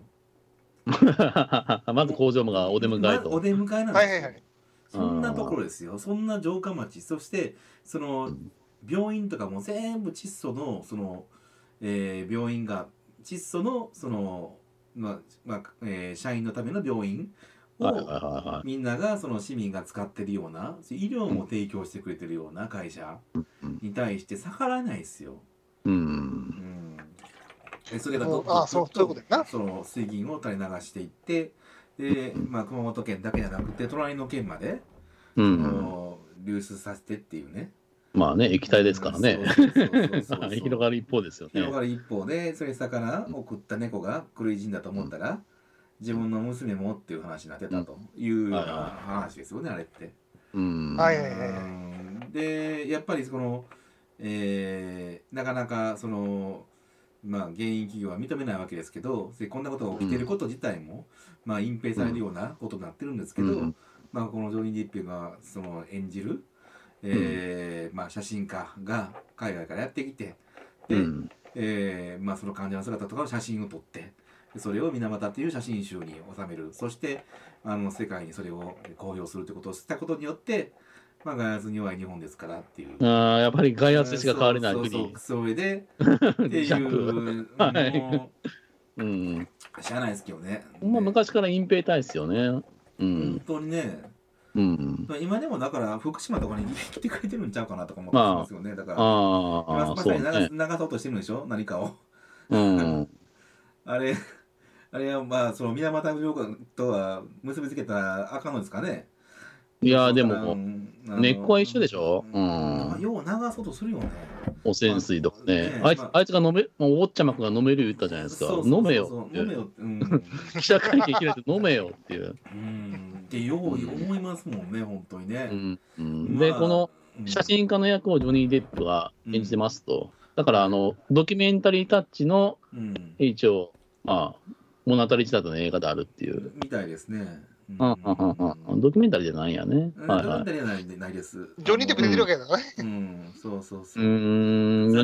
まず工場がお出迎えと。 ま、お出迎えなんですよ。はいはいはい、そんなところですよ。そんな城下町、そしてその病院とかも全部窒素のその、えー、病院が窒素のそのまあまあえー、社員のための病院をみんながその市民が使ってるような医療も提供してくれてるような会社に対して逆らえないですよ。うん。うんでそれがどっとその水銀を垂れ流していってで、まあ、熊本県だけじゃなくて隣の県まで、うん、その流出させてっていうね。 まあね、液体ですからね。広がる一方ですよね。 広がる一方で、それ魚を食った猫が狂い死んだと思ったら、うん、自分の娘もっていう話になってたというような話ですよね、あれって。うんはいはいはい、で、やっぱりその、えー、なかなかその、まあ、原因企業は認めないわけですけど、こんなことが起きてること自体も、うん、まあ、隠蔽されるようなことになってるんですけど、うん、まあ、このジョニー・ディップがその演じる、えーまあ、写真家が海外からやってきてで、うんえーまあ、その患者の姿とかを写真を撮ってそれを水俣という写真集に収めるそしてあの世界にそれを公表するということをしたことによって、まあ、外圧に弱い日本ですからっていうあやっぱり外圧しか変われない国そうそうそれでっていうもう、うん、知らないですけどね、 まあ、昔から隠蔽体質よね、 うん、本当にねうん、今でもだから福島とかに来てくれてるんちゃうかなとか思ってますよね。だから今まさに流そうとしてるんでしょ何かを。うん、あれあれはまあその水俣病とは結びつけたらあかんのですかね。 いやでも根っこは一緒でしょ。うん。 よう流そうとするよね。 汚染水とかね。あいつあいつが飲めお坊ちゃまくが飲める言ったじゃないですか。飲めよ。飲めよって。記者会見開いて飲めよっていう。 うん。ってよう思いますもんね、本当にね。 うんうん、で、まあ、この写真家の役をジョニー・デップが演じてますと、うん、だからあのドキュメンタリータッチの、うん、一応、まあ、物語仕立ての映画であるっていう。 みたいですね。 うんうんうんうん、ドキュメンタリーじゃないんやね。 ドキュメンタリーじゃないないです。 ジョニー・デップ出てるわけだね。 うん、そうそうそう。 うん、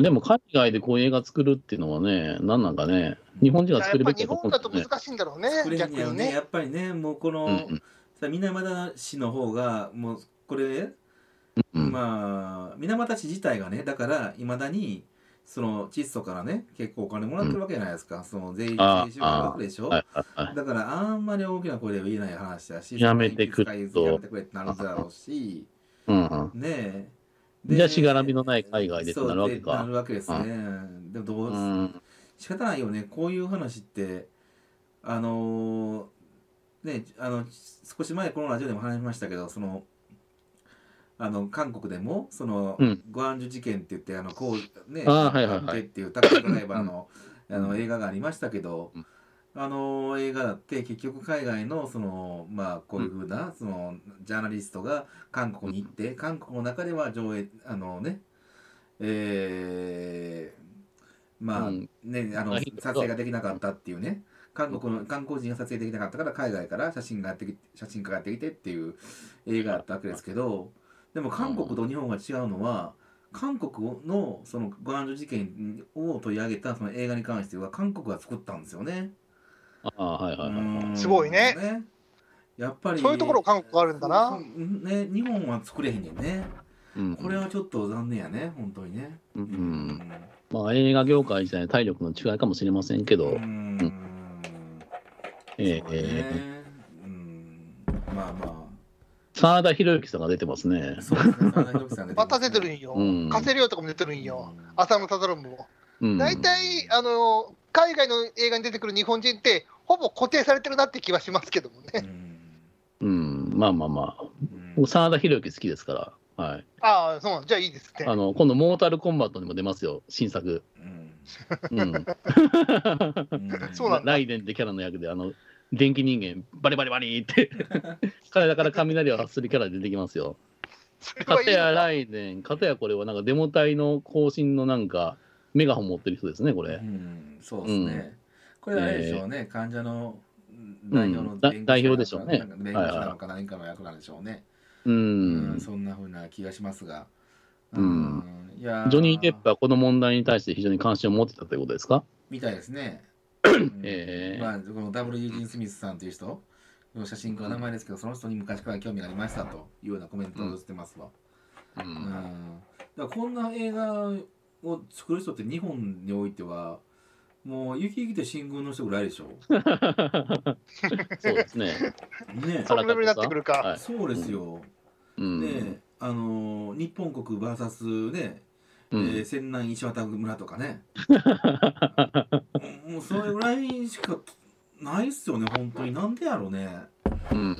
でも海外でこういう映画作るっていうのはね、なんなんかね、日本人が作るべきだと思うんだよね。日本だと難しいんだろうね。 作れへんやろね。やっぱりね、もうこの、うん水俣市の方がもうこれ、うん、まあ水俣市自体がねだからいまだにその窒素からね結構お金もらってるわけじゃないですか、うん、その税収があるわけでしょ、はいはいはい、だからあんまり大きな声では言えない話だしやめてくれとやめてくれってなるだろうし、うん、ねえじゃあしがらみのない海外でってなるわけかなるわけですね、うん、でもどう、うん、仕方ないよねこういう話ってあのーね、あの少し前このラジオでも話しましたけどそのあの韓国でもその、うん、グアンジュ事件って言ってあのこうねあ、はいはいはい、っていうタクシードライバーのあの映画がありましたけど、うん、あの映画だって結局海外のそのまあこういうふうな、うん、そのジャーナリストが韓国に行って、うん、韓国の中では上映あのねえー、まあね、うん、あの撮影ができなかったっていうね。韓国の観光人が撮影できなかったから海外から写真がやってきて写真家がやってきてっていう映画だったわけですけどでも韓国と日本が違うのは韓国のそのグアンジュ事件を取り上げたその映画に関しては韓国が作ったんですよね。 あはいはいはい。 すごいね。ねやっぱりそういうところ韓国があるんだな。 ね日本は作れへんねんね。うん、これはちょっと残念やね本当にね。うん。うん、 まあ映画業界自体体力の違いかもしれませんけど。うんうんええー、うん、まあまあ。真田広之さんが出てますね。 そうですね。真田広之さんね。 また出てるんよ。うん、加瀬亮とかも出てるんよ。浅野忠信も。大体、あの、海外の映画に出てくる日本人って、 ほぼ固定されてるなって気はしますけどもね。 うん、うん、まあまあまあ、僕、真田広之好きですから、はい、 ああ、そう、じゃあいいですね。 あの今度、モータルコンバットにも出ますよ、新作。うんうん、そうなんだ。ライデンってキャラの役で、あの電気人間、バリバリバリって、体から雷を発するキャラで出てきますよ。かたやライデン、かたやこれはなんかデモ隊の更新のなんか、メガホン持ってる人ですね、これ。 うん、そうですね。うん、これあれでしょうね、えー、患者の代表の弁護士、 代表でしょうね。 弁護士なのか何かの役なんでしょうね。 うん、 うん、そんなふうな気がしますが。 うん、いやジョニー・デップはこの問題に対して非常に関心を持ってたということですか？ みたいですね。 うん、えーまあ、このダブリュー・ユージン・スミスさんという人の写真家の名前ですけど、その人に昔から興味がありましたというようなコメントを寄せてますわ。うんうん、だからこんな映画を作る人って日本においてはもう雪雪と新宮の人ぐらいでしょ。 そうですね。 ね、 そんなレベルになってくるか。 はい、そうですよ。うん、で、あの日本国 ブイエス ね、うん、えー、泉南石渡村とかね。もうそれぐらいしかないっすよね、本当に。なんでやろうね。うん。うん、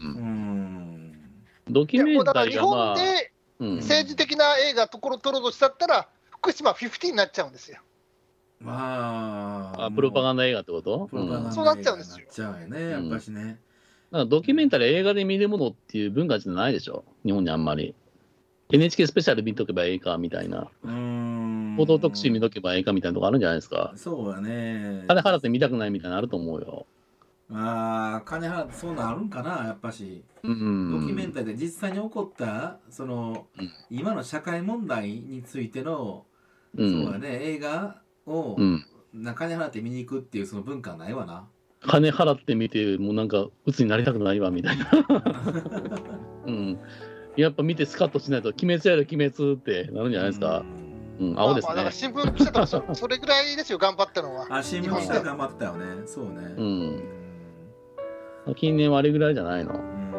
ドキュメンタリーが、まあ、 日本で政治的な映画ところ撮ろうとしたったら、福島ごじゅうになっちゃうんですよ。 まあ、 あ、プロパガンダ映画ってこと？ うん、そうなっちゃうんですよ。 なっちゃうよね、やっぱしね。 なんかドキュメンタリー映画で見るものっていう文化じゃないでしょ、日本にあんまり。エヌエイチケー スペシャル見とけばいいかみたいな。うーん。報道特集見とけばいいかみたいなとこあるんじゃないですか。 そうだね。 金払って見たくないみたいなのあると思うよ。 ああ、金払ってそうなのあるんかな、やっぱし。うん。ドキュメンタリーで実際に起こった、その、うん、今の社会問題についての、うん、そうだね、映画を、うん、な金払って見に行くっていうその文化ないわな。 金払って見て、もうなんか、鬱になりたくないわみたいな。うん。やっぱ見てスカッとしないと、鬼滅やる鬼滅ってなるんじゃないですか。うん、うん、青ですね。 まあ、まあだから新聞記者とかそ、それぐらいですよ、頑張ったのは。 あ、新聞記者頑張ったよね。そうね。うん。 うん、近年はあれぐらいじゃないの。うん、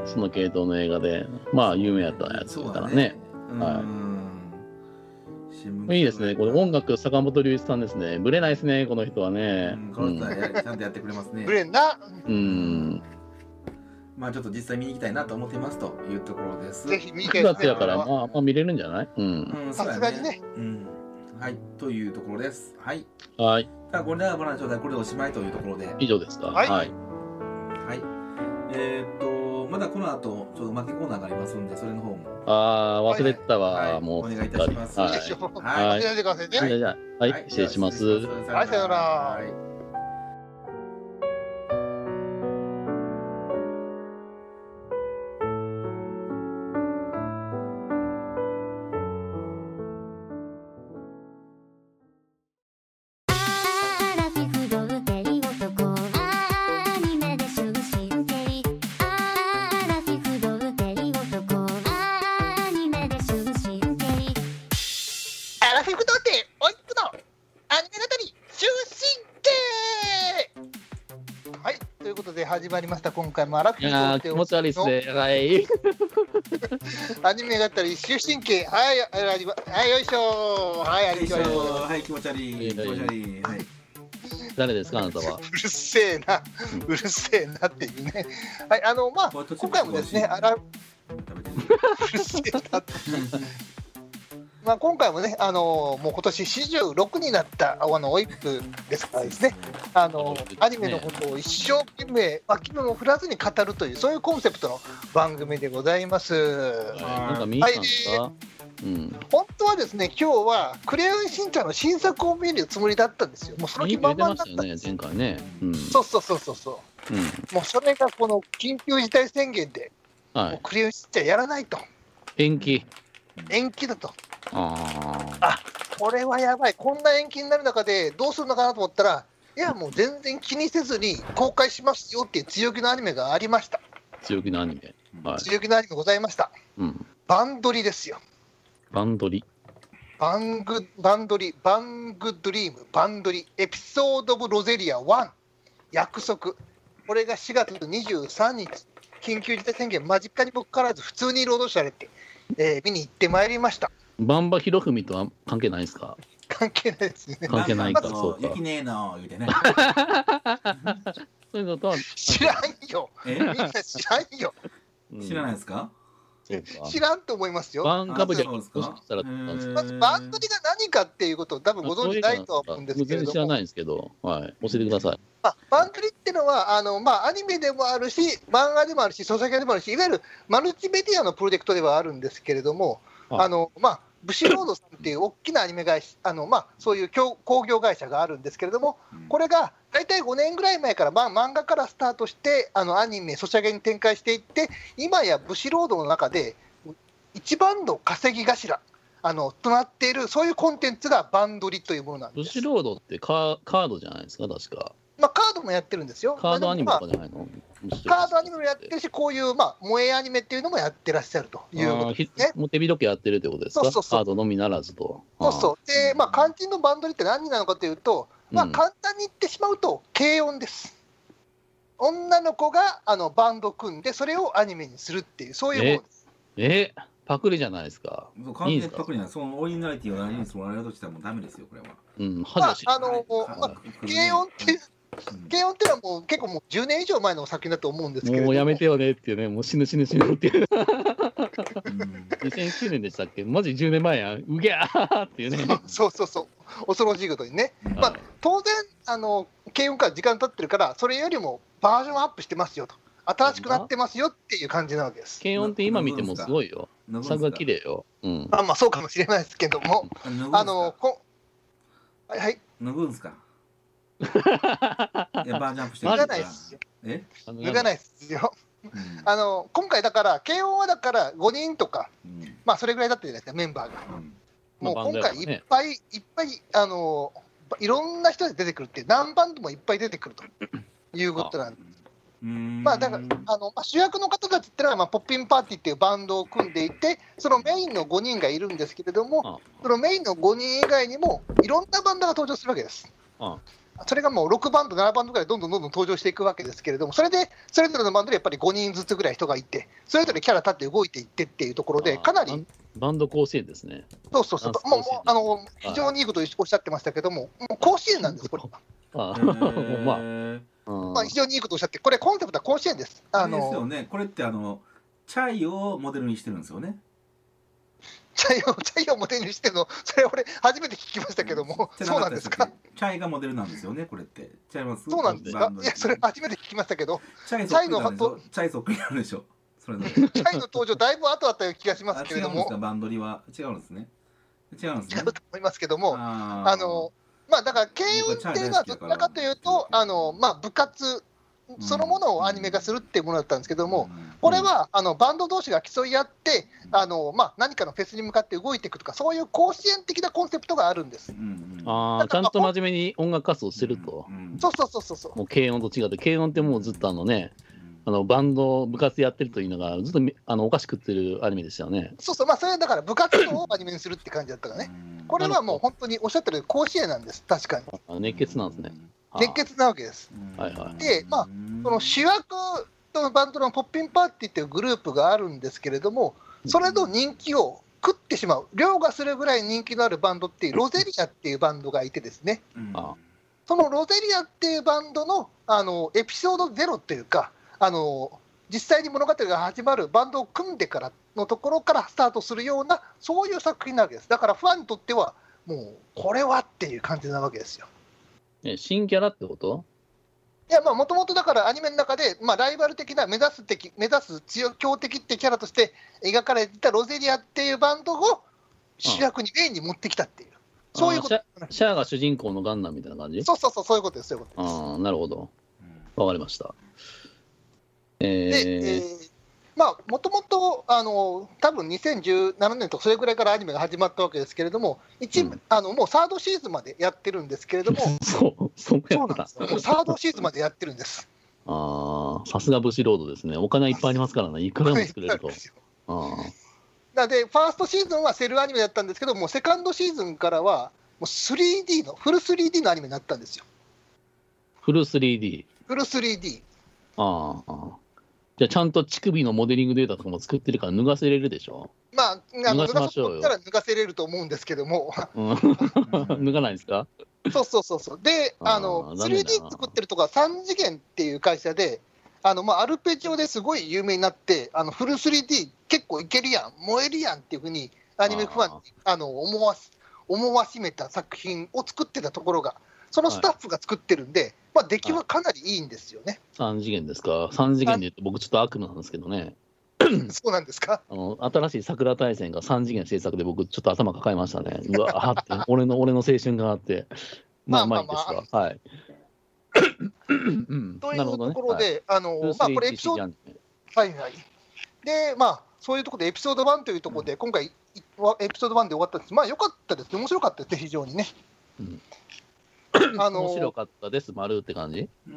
その系統の映画で、まあ、有名やったやつだからね。ね、はい。いいですね。これ音楽、坂本龍一さんですね。ぶれないですね、この人はね。 うん、この人はちゃんとやってくれますね。 ぶれんな。 うん。 まあちょっと実際見に行きたいなと思ってますというところです。 ぜひ見てくがつやからまあまあ見れるんじゃない？うん。 さすがにね。 うん。はいというところです。はい。 はい。 さあこれではご覧ちょうだい。これでおしまいというところで。 以上ですか。 はい。 はい。 はい、えー、っとまだこの後ちょっとおまけコーナーがありますんでそれの方も。 ああ忘れてたわ、 はい、 もう。 お願いいたします。 はい。 はい。 忘れないでくださいね。 じゃあはい失礼します。 はいさよなら。はい。始まりました今回もアラフィフ童貞気持ち悪いですね。はいアニメ語り終身刑はい、はいよいしょはいありがとうはい気持ち悪い気持ち悪いはい誰ですかあなたは。 うるせえなうるせえなっていうね。はいあのまあ今回もですねあらうるせえなってまあ今回もね、あのー、もう今年よんじゅうろくになったあのオイップですからですね、あのー、アニメのことを一生懸命、まあ、気分を振らずに語るという、そういうコンセプトの番組でございます。 はい、はい、うん、 本当はですね、今日はクレヨンしんちゃんの新作を見るつもりだったんですよ。もうその気満々だったんですよ。 前回ね、うん、 そうそうそうそうそう、うん、もうそれがこの緊急事態宣言で、はい、もうクレヨンしんちゃんやらないと。 延期。 延期だと。 ああ、これはやばい、こんな延期になる中でどうするのかなと思ったら、いや、もう全然気にせずに公開しますよっていう強気のアニメがありました。 強気のアニメ、 はい、強気のアニメございました。 うん、 バンドリですよ。 バンドリバングバンドリバングドリームバンドリエピソード・オブ・ロゼリアワン約束、これがしがつにじゅうさんにち緊急事態宣言間近にもかかわらず普通に労働者れて、えー、見に行ってまいりました。 バンバヒロフミとは関係ないですか？ 関係ないですね。 関係ないか、 そうか。雪ねえの言うてね。 そういうのとは知らんよ。みんな知らんよ。 知らないですか？ 知らんと思いますよ。 バンかぶりはまずバンドリが何かっていうことを多分ご存知ないとは思うんですけれども。 全然知らないんですけど、はい、教えてください。 まあ、バンドリっていうのはあの、まあ、アニメでもあるし、漫画でもあるし、ソシャゲでもあるし、いわゆるマルチメディアのプロジェクトではあるんですけれども、あのまあ、ブシロードさんっていう大きなアニメ会社、あのまあ、そういう興行会社があるんですけれども、これが大体ごねんぐらい前から、まあ、漫画からスタートして、あのアニメ、ソシャゲに展開していって、今やブシロードの中で、一番の稼ぎ頭あのとなっている、そういうコンテンツがバンドリというものなんです。 ブシロードってカカードじゃないですか、確か。 まあ、カードもやってるんですよ。 カードアニメとかじゃないの？ カードアニメもやってるし、こういう、まあ、萌えアニメっていうのもやってらっしゃるということですね。 モテビドケやってるってことですか？そうそうそう、カードのみならずと。 そうそう。で、まあ、肝心のバンドリって何なのかというと、まあ、簡単に言ってしまうと、軽音です。女の子があのバンド組んで、それをアニメにするっていう、そういうものです。 ええパクリじゃないですか。 そう完全にパクリなんです。そのオリジナリティを何にもらえるとしたらもうダメですよ、これは。 うん、 まあ、あの、まあ、軽音っていう、軽音っていうのはもう結構もうじゅうねん以上前の作品だと思うんですけれども。 もうやめてよねっていうね、もう死ぬ死ぬ死ぬっていう。にせんきゅうねんでしたっけ？マジじゅうねんまえやん。うぎゃーっていうね。 そうそうそう。恐ろしいことにね。まあ、当然、あの、軽音から時間経ってるから、それよりもバージョンアップしてますよと。新しくなってますよっていう感じなわけです。 軽音って今見てもすごいよ。作が綺麗よ。うん。 あ、まあそうかもしれないですけども、あのこはいはい。 脱ぐんすか。いやバージョンアップしてる。 脱がないですよ。え？脱がないですよ。あの今回だから軽音はだからごにんとか、まあそれぐらいだったじゃないですか、メンバーが。もう今回いっぱいいっぱいあのいろんな人で出てくるっていう、何バンドもいっぱい出てくるということなんです。まあだからあの、まあ、主役の方たちってのは、まあ、ポッピンパーティーっていうバンドを組んでいて、そのメインのごにんがいるんですけれども、そのメインのごにん以外にもいろんなバンドが登場するわけです。それがもうろくバンドななバンドぐらいどんどんどんどん登場していくわけですけれども、それでそれぞれのバンドでやっぱりごにんずつぐらい人がいて、それぞれキャラ立って動いていってっていうところで、かなりバンド甲子園ですね。 そうそうそう、もうあの非常にいいことをおっしゃってましたけども、もう甲子園なんです、これは。 あまあまあ、非常にいいことをおっしゃって、これ、コンセプトは甲子園です。 あのですよね、これってあの、チャイをモデルにしてるんですよね。 チャイを、チャイをモデルにしてるの、それ、俺、初めて聞きましたけども、そうなんですか。 チャイがモデルなんですよね、これって。チャイはそうなんですか。いや、それ、初めて聞きましたけど、 チャイそっくりなんでしょ。チャイそっくりなんでしょ。それチャイの登場、だいぶ後だったような気がしますけれども。 違うんですか、バンドリは。違うんですね。違うんですね。 違うと思いますけども、あの、まあ、だから、軽音っていうのは、どちらかというと、あの、まあ、部活、そのものをアニメ化するっていうものだったんですけども、これはあのバンド同士が競い合ってあの、まあ、何かのフェスに向かって動いていくとか、そういう甲子園的なコンセプトがあるんです。 ああ、ちゃんと真面目に音楽活動してると。 そうそうそうそうそう。 もう軽音と違って、軽音ってもうずっとあのね、あのバンド部活やってるというのがずっとあのお菓子食ってるアニメでしたよね。 そうそう、まあそれだから部活動をアニメにするって感じだったからね。これはもう本当におっしゃってる甲子園なんです、確かに。 熱血なんですね。 熱血なわけです。 はいはい、 で、まあ、その主役のバンドのポッピンパーティーっていうグループがあるんですけれども、それの人気を食ってしまう、凌駕するぐらい人気のあるバンドっていう、ロゼリアっていうバンドがいてですね、うん、そのロゼリアっていうバンドの、あのエピソードゼロっていうか、あの実際に物語が始まるバンドを組んでからのところからスタートするような、そういう作品なわけです。だからファンにとっては、もうこれはっていう感じなわけですよ。 え、新キャラってこと？ いや、まあ、もともとだからアニメの中で、まあ、ライバル的な目指す敵、目指す強強敵ってキャラとして描かれていたロゼリアっていうバンドを主役にメインに持ってきたっていう、そういうこと。 シャアが主人公のガンダムみたいな感じ？ そうそうそう、そういうことです、そういうことです。 ああ、なるほど。わかりました。えー、 で、えー、まあ、もともと、あの、多分にせんじゅうななねんとかそれぐらいからアニメが始まったわけですけれども、一、うん、あのもうサードシーズンまでやってるんですけれども、 そう、そうやった。 そうなんですよ。もうサードシーズンまでやってるんです。 ああ、さすがブシロードですね。お金いっぱいありますからね、いくらも作れると。あなので、ファーストシーズンはセルアニメだったんですけども、セカンドシーズンからは、もう スリーディー の、フル スリーディー のアニメになったんですよ。 フル スリーディー。 フル スリーディー。 ああ。じゃあちゃんと乳首のモデリングデータとかも作ってるから脱がせれるでしょ。 まあ、あの脱がせそうとったら脱がせれると思うんですけども。 脱がないですか？ そうそうそうそう。で、あの、スリーディー 作ってるとこはさん次元っていう会社で、あの、まあ、アルペジオですごい有名になって、あの、フル スリーディー 結構いけるやん、燃えるやんっていうふうに、アニメファンにあの思わす、思わしめた作品を作ってたところが、そのスタッフが作ってるんで、はい、まあ、出来はかなりいいんですよね。 さん次元ですか。さん次元で言うと僕ちょっと悪夢なんですけどね。 そうなんですか。 あの新しい桜大戦がさん次元制作で僕ちょっと頭抱えましたね。うわーって俺の俺の青春があって、まあまあいいですわ。はい。 というところで、ね、はい、あのまあこれエピソード、はいはい。でまあそういうところでエピソードワンというところで、うん、今回エピソードワンで終わったんです。まあ良かったですね。面白かったですね、非常にね。うん、 あの面白かったです丸って感じ。うん、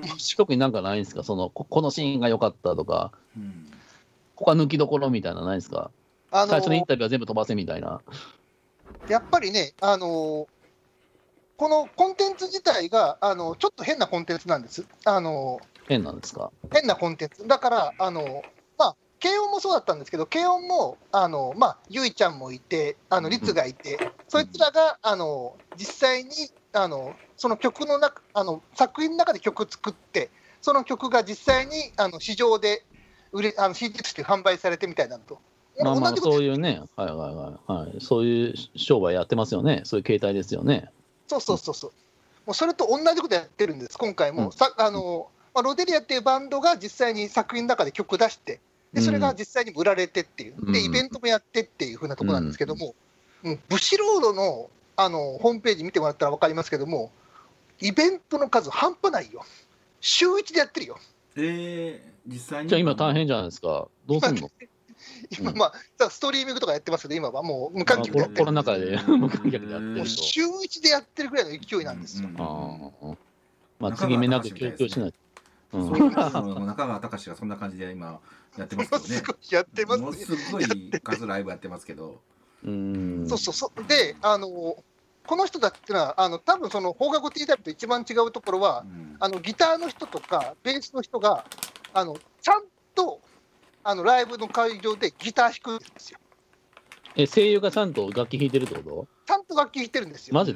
特になんかないんですか、その こ, このシーンが良かったとか。うん、ここは抜きどころみたいなのないですか、あのー、最初のインタビューは全部飛ばせみたいな。 やっぱりね、あのー、このコンテンツ自体が、あのー、ちょっと変なコンテンツなんです。あのー、 変なんですか。 変なコンテンツ。だから、あのー、まあ、軽音もそうだったんですけど、軽音も、あのー、まあ、ゆいちゃんもいて、あの、律がいて、うん、そいつらが、あのー、実際に、あのその曲の中、あの作品の中で曲作って、その曲が実際にあの市場で売れあの シーディー として販売されてみたいなのと、 まあまあそういうね、はいはいはい、はい、そういう商売やってますよね、そういう形態ですよね。 そうそうそうそう、もうそれと同じことやってるんです、今回も。うん、さあのまあ、ロデリアっていうバンドが実際に作品の中で曲出して、でそれが実際に売られてっていう、うん、でイベントもやってっていう風なところなんですけども、うん、ブシロードのあのホームページ見てもらったら分かりますけども、イベントの数半端ないよ。週いちでやってるよ。 えー、実際にじゃあ今大変じゃないですか。どうすんの今まあ、ストリーミングとかやってますけど、今はもう無観客でやってる。 コロナ禍で無観客でやってると。 週いちでやってるぐらいの勢いなんですよ。 あまあ、継ぎ目なく供給しない。 そういう中川隆がそんな感じで今やってますけどね。 やってますね。 ものすごい数ライブやってますけど。 うんそうそうそう。で、あのこの人たちっていうのは、あの多分その邦楽 T タイプと一番違うところは、うん、あのギターの人とかベースの人があのちゃんとあのライブの会場でギター弾くんですよ。 え、声優がちゃんと楽器弾いてるってこと？ ちゃんと楽器弾いてるんですよ。 マジ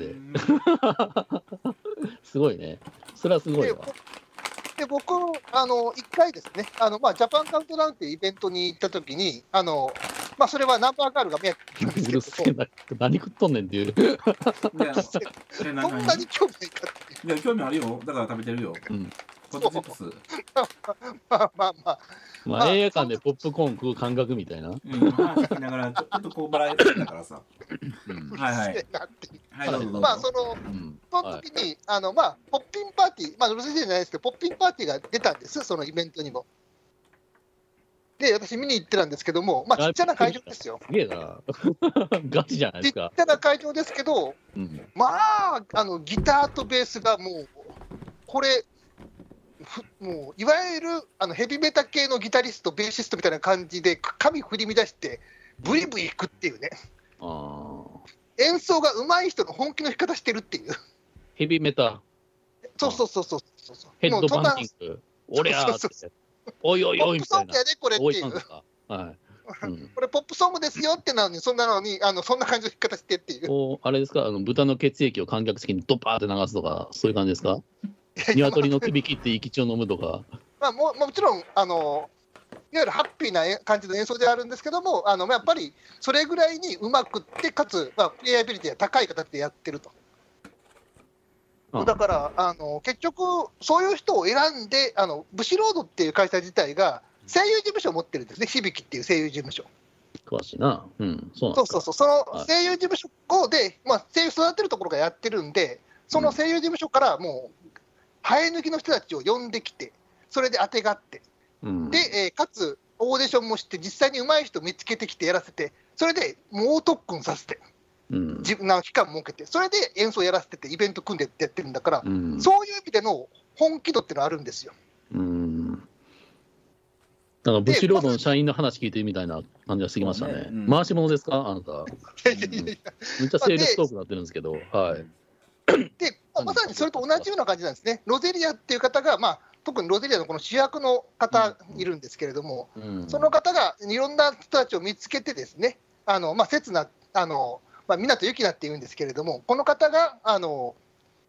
ですごいね。それはすごいわ。 で僕あのいっかいですね、あの、まあ、ジャパンカウントダウンっていうイベントに行ったときに、あのまあ、それはナンバーガールが目当てなんですけど、うるせえな、何食っとんねんっていう。そんなに興味ないかって。 いや、興味あるよ。だから食べてるよ。うん。ポテトチップス。 まあまあまあ。 まあ、映画館でポップコーン食う感覚みたいな。うん、 話聞きながら、ちょっとこう、バラエティーだからさ。はいはい。 はい、どうぞどうぞ。まあ、その、うん、その時に、はい、あの、まあ、ポッピンパーティー、まあ、ロスジェじゃないですけど、ポッピンパーティーが出たんです、そのイベントにも。で、私見に行ってたんですけども、まあ、ちっちゃな会場ですよ。 すげえな。ガチじゃないですか。 ちっちゃな会場ですけど、うん、まあ、あの、ギターとベースがもう、これ、もういわゆるあのヘビメタ系のギタリスト、ベーシストみたいな感じで、髪振り乱して、ブリブリいくっていうね、あ演奏が上手い人の本気の弾き方してるっていう。 ヘビメタ。 そうそうそうそうそう。 ヘッドバンキング。俺やーって。おいおいおいみたいな。 ポップソングやで、これっていう。はいうん、これポップソングですよってなのに、そんなのに、あのそんな感じの弾き方してっていう。 おあれですか、あの豚の血液を観客席にドパーって流すとか、そういう感じですか？鶏の首切って生き血を飲むとか。 まあ、も, もちろんあの、いわゆるハッピーな感じの演奏であるんですけども、あのやっぱりそれぐらいにうまくって、かつ、まあ、プレイアビリティが高い形でやってると。ああだからあの、結局、そういう人を選んで、あのブシロードっていう会社自体が、声優事務所を持ってるんですね、響っていう声優事務所。 詳しいな、うん、そうそうそうそう、その声優事務所で、まあ、声優育てるところがやってるんで、その声優事務所からもう、生え抜きの人たちを呼んできて、それで当てがって、うん、で、えー、かつオーディションもして、実際に上手い人を見つけてきてやらせて、それで猛特訓させて、うん、自分の期間設けて、それで演奏やらせてて、イベント組んでやってるんだから、うん、そういう意味での本気度っていうのはあるんですよ。うんだからブシロードの社員の話聞いてるみたいな感じがしてきましたね。ねうん、回し物ですか、あなた。めっちゃ精力トークになってるんですけど、はい。 でまさにそれと同じような感じなんですね。ロゼリアっていう方が、まあ、特にロゼリアのこの主役の方いるんですけれども、うんうん、その方がいろんな人たちを見つけてですね、あのまあ、刹那あの、まあ、湊ゆきなっていうんですけれども、この方があの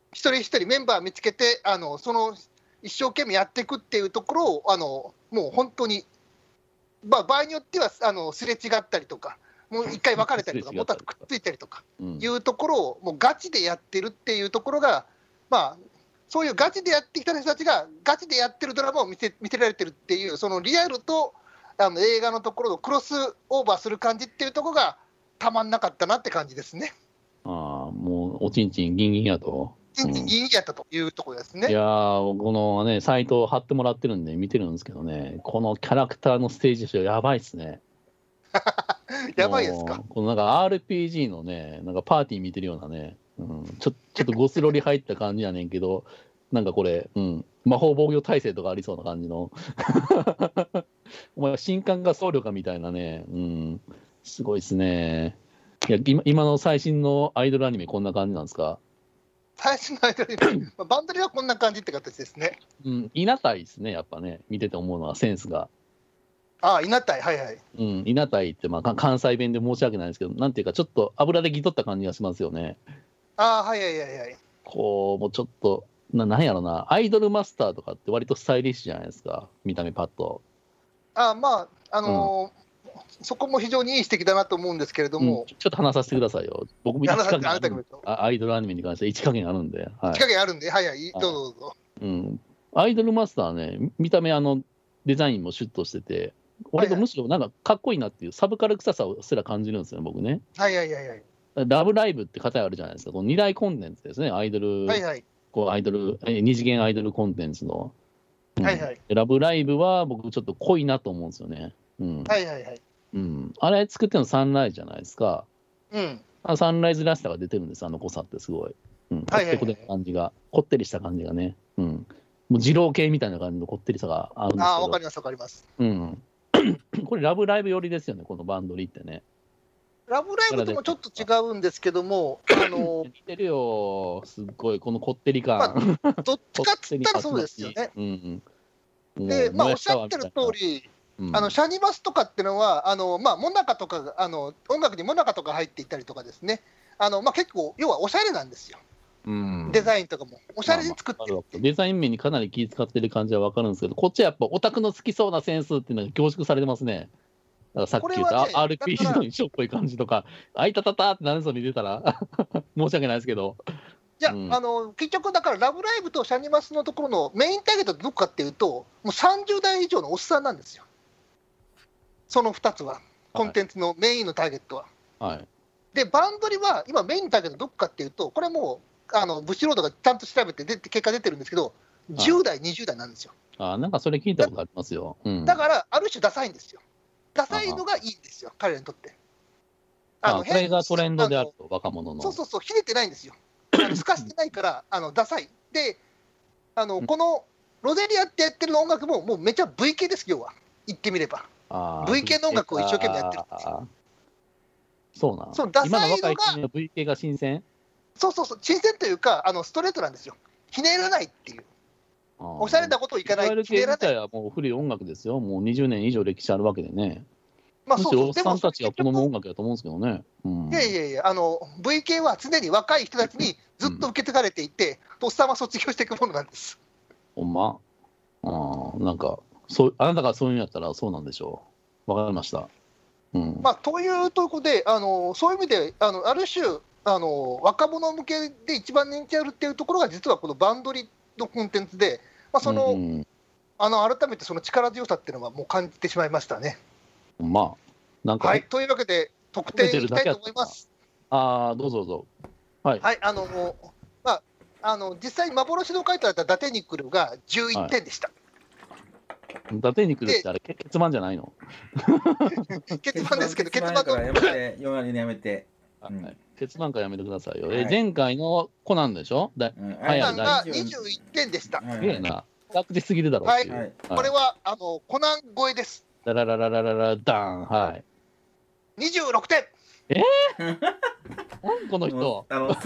一人一人メンバー見つけて、あのその一生懸命やっていくっていうところを、あのもう本当に、まあ、場合によってはあのすれ違ったりとか、もう一回別れたりとか、もたくっついたりとかいうところを、もうガチでやってるっていうところが、まあ、そういうガチでやってきた人たちが、ガチでやってるドラマを見せ見せられてるっていう、そのリアルとあの映画のところのクロスオーバーする感じっていうところが、たまんなかったなって感じですね。 ああ、もうおちんちんギンギンやと。 ちんちんギンギンやったというところですね。 うん、いやー、このね、サイトを貼ってもらってるんで見てるんですけどね、このキャラクターのステージ集やばいっすね。 やばいですか。 このなんか アールピージー のね、なんかパーティー見てるようなね、うん、ちょちょっとゴスロリ入った感じやねんけど、なんかこれ、うん、魔法防御耐性とかありそうな感じの。お前、新刊が僧侶かみたいなね、うん、すごいっすね。いや今、今の最新のアイドルアニメ、こんな感じなんですか？ 最新のアイドルアニメ、バンドリはこんな感じって形ですね。 うん、いなたいですね、やっぱね、見てて思うのは、センスが。 ああ、いなたい、はいはい。 うん、いなたいって、まあ、関西弁で申し訳ないですけど、なんていうか、ちょっと油でぎとった感じがしますよね。 ああ、はいはいはいはい。 こう、もうちょっと、ななんやろな、アイドルマスターとかって割とスタイリッシュじゃないですか、見た目パッと。 ああ、まあ、あのーうん、そこも非常にいい指摘だなと思うんですけれども、 うん、ちょっと話させてくださいよ。僕もいち加減あるアイドルアニメに関してはいち加減あるんで。はい、いち加減あるんで、はいはい、どうぞどうぞ。 うん、アイドルマスターね、見た目、あのデザインもシュッとしてて、俺とむしろなんかかっこいいなっていう、サブカル臭さをすら感じるんですよ、僕ね。 はいはいはいはい。 ラブライブって方あるじゃないですか、このに大コンテンツですね、アイドル、 はいはい、 こうアイドル、二次元アイドルコンテンツの。 うん、はいはい、 ラブライブは僕、ちょっと濃いなと思うんですよね。うん、 はいはいはい。 うん、あれ作ってるのサンライズじゃないですか。 うん、 あサンライズらしさが出てるんです、あの濃さってすごい。うん、こってこて感じが、こってりした感じがね。うん、もう二郎系みたいな感じのこってりさがあるんですけど。 ああ、わかりますわかります。 うん。これラブライブ寄りですよね、このバンドリってね。 ラブライブともちょっと違うんですけども、あの似てるよ、すっごい、このこってり感。 まあ、どっちかっつったらそうですよね。 うんうん、で、まあ、おっしゃってる通り、うん、あのシャニマスとかっていうのは、あのまあ、モナカとかあの、音楽にモナカとか入っていったりとかですね、あのまあ、結構、要はおしゃれなんですよ。うん、デザインとかもおしゃれに作ってる、まあまあ、 デザイン面にかなり気使ってる感じは分かるんですけど、こっちはやっぱオタクの好きそうなセンスっていうのが凝縮されてますね。だからさっき言った、ね、アールピージー の衣装っぽい感じとか、あいたたたって何それ見てたら、申し訳ないですけど。 いや、うん、あの結局、だからラブライブとシャニマスのところのメインターゲットってどこかっていうと、もうさんじゅう代以上のおっさんなんですよ、そのふたつは、コンテンツのメインのターゲットは。はい、で、バンドリは今、メインのターゲットどこかっていうと、これもう、あのブシロードがちゃんと調べて出て結果出てるんですけど、じゅう代、にじゅう代なんですよ。 あなんかそれ聞いたことありますよ。 うん、だから、ある種ダサいんですよ。ダサいのがいいんですよ、彼らにとって。 あのこれがトレンドであると、若者の。 そうそうそう、ひねってないんですよ。あの透かしてないから、あのダサい。で、あのこのロゼリアってやってる音楽も、もうめちゃ ブイケー です、要は。言ってみれば。ブイケー の音楽を一生懸命やってるんですよ。 そうなん。 そうダサいのが今の若い人の ブイケー が新鮮？ そうそうそう、新鮮というか、あのストレートなんですよ。ひねらないっていう。おしゃれなことをいかない。 いわゆる系自体はもう古い音楽ですよ。もうにじゅうねん以上歴史あるわけでね。まあ、むしろおっさんたちが好む音楽だと思うんですけどね。 うん、いやいやいや、あの ブイケー は常に若い人たちにずっと受け継がれていて、うん、おっさんは卒業していくものなんです。 ほんまあなんかそう、あなたがそういうんやったらそうなんでしょう。わかりました。 うんまあ、というところで、あのそういう意味で、あのある種あの、若者向けで一番人気あるっていうところが、実はこのバンドリのコンテンツで、まあそのうんうん、あの改めてその力強さっていうのはもう感じてしまいましたね。 まあ、なんか、 はい、というわけで、得点いきたいと思います。 ああ、どうぞどうぞ。はい、 はい、あの、まあ、あの実際に幻の書いてあったダテニクルがじゅういってんでした。 はい、ダテニクルってあれ、結番じゃないの？ 結番ですけど、結番からやめて、読まれるやめて。 はい、結番からやめてくださいよ。はい、え前回のコナンでしょ？ コナンがにじゅういってんでした。 すげえな。確実すぎるだろうっていう。 はい、これはあのコナン超えです。 ラララララララダーン、はい。 にじゅうろくてん。 えー、何この人。 あの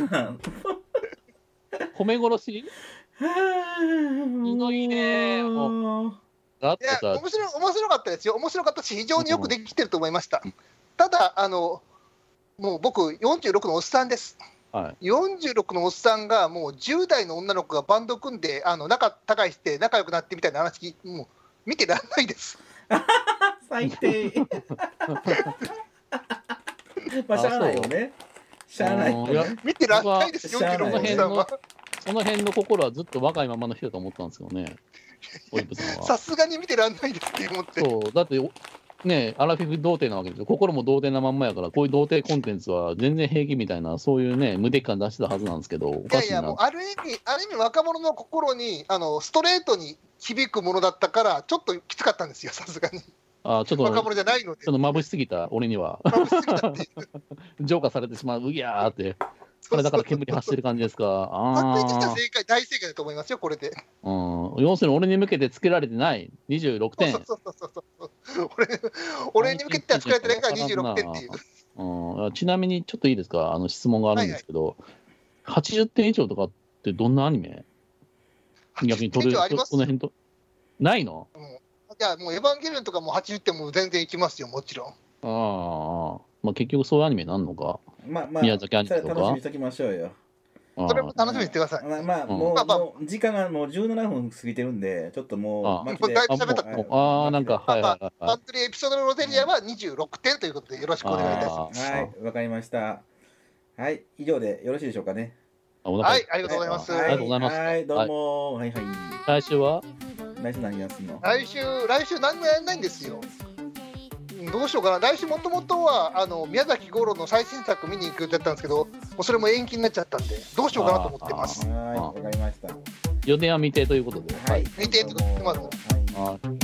褒め殺し？いいのいいね。もうだってさ、いや面白い、面白かったですよ。面白かったし、非常によくできてると思いました。うん、ただあのもう僕よんじゅうろくのおっさんです。 はい、 よんじゅうろくのおっさんがもうじゅう代の女の子がバンド組んであの仲高いして仲良くなってみたいな話もう見てらんないです最低まあしゃあないよねしゃあないよね見てらんないですよんじゅうろくのおっさんはその辺の心はずっと若いままの人だと思ったんですけどねさすがに見てらんないですって思ってそうだってねアラフィフ童貞なわけですよ。心も童貞なまんまやから、こういう童貞コンテンツは全然平気みたいな、そういうね、無敵感出してたはずなんですけど、おかしいな。 いやいや、もうある意味、ある意味若者の心にあのストレートに響くものだったから、ちょっときつかったんですよ、さすがに。 あちょっと若者じゃないので。 ちょっと眩しすぎた、俺には。 眩しすぎたっていう。 浄化されてしまう、うぎゃーって。これだから煙発してる感じですか。 ああ。正解、大正解だと思いますよ、これで。 うん。要するに俺に向けてつけられてないにじゅうろくてん。 そうそうそうそうそう俺。俺に向けては作られてないからにじゅうろくてんっていう。 うん、ちなみにちょっといいですか、あの質問があるんですけど、はいはい、はちじゅってん以上とかってどんなアニメ？逆に取れる、この辺と。ないの？ うん、いや、もうエヴァンゲリオンとかもはちじゅってんも全然いきますよ、もちろん。 ああ、まあ、結局そういうアニメなんのか。 まあまあ、 宮崎アニメとか。 楽しみにしときましょうよ。 それも楽しみにしてください。 まあ、まあ、もう、まあまあ、もう時間がもうじゅうななふん過ぎてるんで、ちょっともう、 あもうだいぶ喋った。 ああ、なんか、はいはいはい。 マントリーエピソードのロゼリアはにじゅうろくてんということでよろしくお願いいたします。 はい、わかりました。はい、以上でよろしいでしょうかね。 はい、ありがとうございます。 ありがとうございます。 はい、どうも、はいはい。 来週は？ 来週何やすんの？ 来週、来週何もやらないんですよ。どうしようかな。来週もともとはあの宮崎吾郎の最新作見に行く予定だったんですけど、もうそれも延期になっちゃったんで、どうしようかなと思ってます。 はい、わかりました。 予定は未定ということで。 はい、未定ということで、まず。 はい。